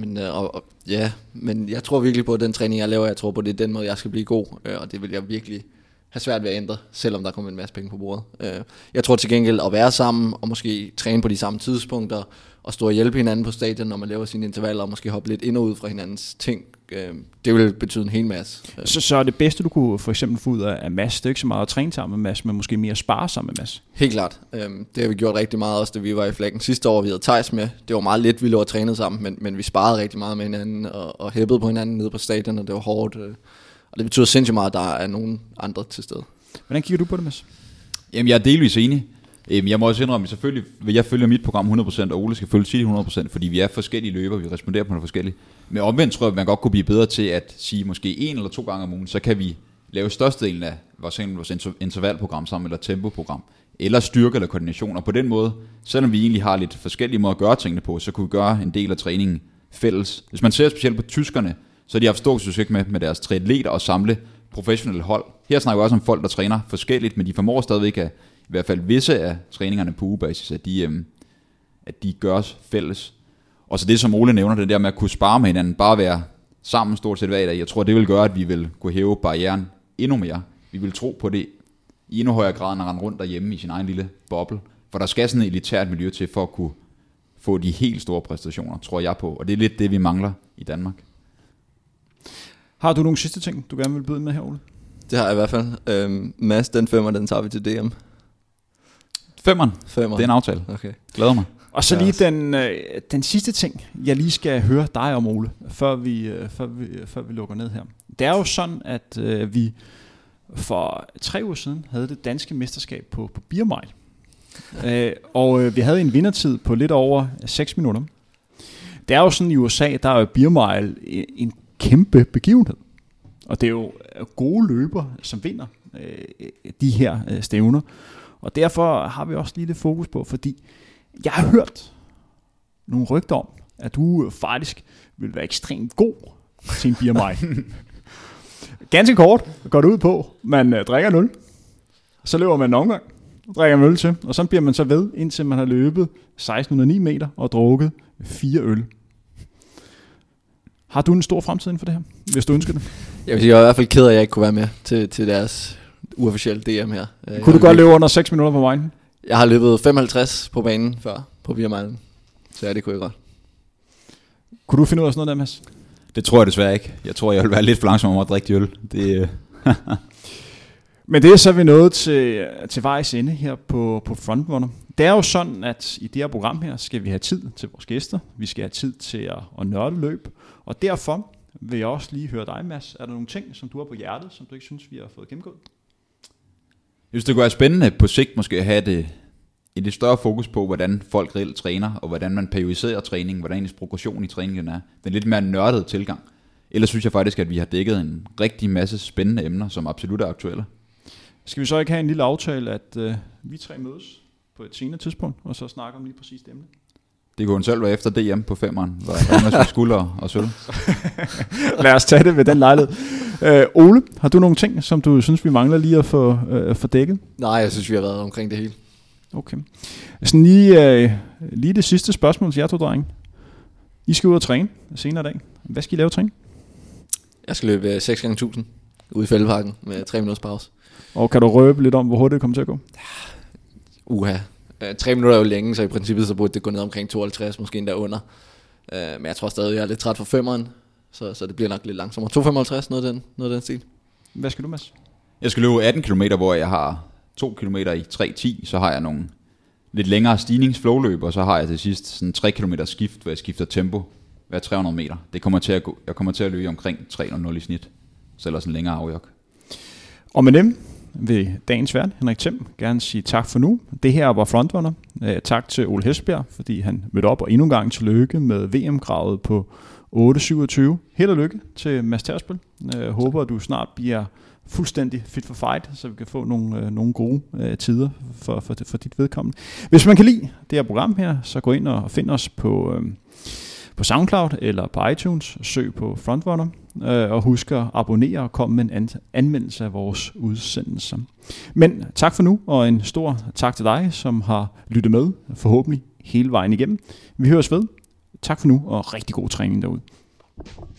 men jeg tror virkelig på, at den træning, jeg laver, jeg tror på, det er den måde, jeg skal blive god, og det vil jeg virkelig have svært ved at ændre, selvom der kommer en masse penge på bordet. Jeg tror til gengæld at være sammen, og måske træne på de samme tidspunkter, og stå og hjælpe hinanden på stadion, når man laver sine intervaller, og måske hoppe lidt ind og ud fra hinandens ting, det vil betyde en hel masse. Så det bedste, du kunne for eksempel få ud af Mads, det er ikke så meget at træne sammen med Mads, men måske mere at spare sammen med Mads? Helt klart. Det har vi gjort rigtig meget også, da vi var i Flækken sidste år. Vi havde Theis med. Det var meget lidt, vi lå og trænede sammen, men vi sparede rigtig meget med hinanden, og hæppede på hinanden nede på stadion, og det var hårdt. Og det betyder sindssygt meget, at der er nogen andre til stede. Hvordan kigger du på det, Mads? Jamen, jeg er delvis enig. Jeg må også indrømme, selvfølgelig vil jeg følge mit program 100%, og Ole skal følge sit 100%, fordi vi er forskellige løbere, vi responderer på noget forskelligt. Men omvendt tror jeg, at man godt kunne blive bedre til at sige måske 1 eller 2 gange om ugen, så kan vi lave størstedelen af vores intervalprogram sammen, eller tempoprogram, eller styrke eller koordination. Og på den måde, selvom vi egentlig har lidt forskellige måder at gøre tingene på, så kunne vi gøre en del af træningen fælles. Hvis man ser specielt på tyskerne, så har de haft stor succes med deres triatleter og samle professionelle hold. Her snakker vi også om folk, der træner forskelligt, men de formår stadigvæk at i hvert fald visse af træningerne på ugebasis, at de gøres fælles. Og så det, som Ole nævner, det der med at kunne spare med hinanden, bare være sammen stort set hver dag, jeg tror, det vil gøre, at vi vil kunne hæve barrieren endnu mere. Vi vil tro på det i endnu højere grad, end at rende rundt derhjemme i sin egen lille boble. For der skal sådan et elitært miljø til, for at kunne få de helt store præstationer, tror jeg på. Og det er lidt det, vi mangler i Danmark. Har du nogle sidste ting, du gerne vil byde med her, Ole? Det har jeg i hvert fald. Mads, den 5'er, den tager vi til DM. 5'eren? Det er en aftale. Okay. Glæder mig. Og så lige den sidste ting, jeg lige skal høre dig om, Ole, før vi lukker ned her. Det er jo sådan, at vi for 3 uger siden havde det danske mesterskab på Beer Mile. Og vi havde en vindertid på lidt over 6 minutter. Det er jo sådan i USA, der er jo Beer Mile en kæmpe begivenhed. Og det er jo gode løbere, som vinder de her stævner. Og derfor har vi også lige lidt fokus på, fordi jeg har hørt nogle rygter om, at du faktisk vil være ekstremt god til en Beer Mile. Ganske kort går det ud på, man drikker 0, så løber man en omgang, drikker man øl til, og så bliver man så ved, indtil man har løbet 1609 meter og drukket 4 øl. Har du en stor fremtid inden for det her, hvis du ønsker det? Jeg vil sige, jeg er i hvert fald ked af, at jeg ikke kunne være med til deres uofficielle DM her. Kunne du godt løbe under 6 minutter på vejen? Jeg har løbet 55 på banen før på Beer Mile, så ja, det kunne jeg godt. Kunne du finde ud af sådan noget der, Mads? Det tror jeg desværre ikke. Jeg tror, jeg vil være lidt for langsom om at drikke øl. Men det er så vi nået til vejs ende her på Frontrunner. Det er jo sådan, at i det her program her, skal vi have tid til vores gæster. Vi skal have tid til at nørde løb. Og derfor vil jeg også lige høre dig, Mads. Er der nogle ting, som du har på hjertet, som du ikke synes, vi har fået gennemgået? Jeg synes, det kunne være spændende på sigt måske at have et lidt større fokus på, hvordan folk reelt træner, og hvordan man periodiserer træningen, hvordan ens progression i træningen er. Den lidt mere nørdede tilgang. Ellers synes jeg faktisk, at vi har dækket en rigtig masse spændende emner, som absolut er aktuelle. Skal vi så ikke have en lille aftale, at vi 3 mødes på et senere tidspunkt, og så snakker om lige præcis det emne? Det kunne selv være efter DM på 5'eren, hvor Anders skulder og sølv. Lad os tage det ved den lejlighed. Ole, har du nogle ting, som du synes, vi mangler lige at få dækket? Nej, jeg synes, vi har været omkring det hele. Okay. Sådan lige det sidste spørgsmål til jer to, drenge. I skal ud og træne senere i dag. Hvad skal I lave træne? Jeg skal løbe 6x1000 ude i Fældeparken med 3 minutters pause. Og kan du røbe lidt om, hvor hurtigt det kommer til at gå? 3 minutter er jo længe, så i princippet så burde det gå ned omkring 52, måske endda under. Men jeg tror stadig, jeg er lidt træt for 5'eren, så det bliver nok lidt langsommere. 2,55, noget af den stil. Hvad skal du, Mads? Jeg skal løbe 18 km, hvor jeg har 2 km i 3.10, så har jeg nogle lidt længere stigningsflowløb, og så har jeg til sidst sådan 3 km skift, hvor jeg skifter tempo hver 300 meter. Det kommer til at gå. Jeg kommer til at løbe omkring 3.00 i snit, så ellers en længere afjok. Og med dem vil dagens vært, Henrik Thiem, gerne sige tak for nu. Det her var Frontrunner. Tak til Ole Hesbjerg, fordi han mødte op, og endnu en gang tillykke med VM-kravet på 8.27. Held og lykke til Mads Tersbøl. Håber, at du snart bliver fuldstændig fit for fight, så vi kan få nogle gode tider for dit vedkommende. Hvis man kan lide det her program her, så gå ind og find os på SoundCloud eller på iTunes. Søg på Frontrunner, og husk at abonnere og komme med en anmeldelse af vores udsendelser. Men tak for nu, og en stor tak til dig, som har lyttet med, forhåbentlig hele vejen igennem. Vi høres ved. Tak for nu, og rigtig god træning derude.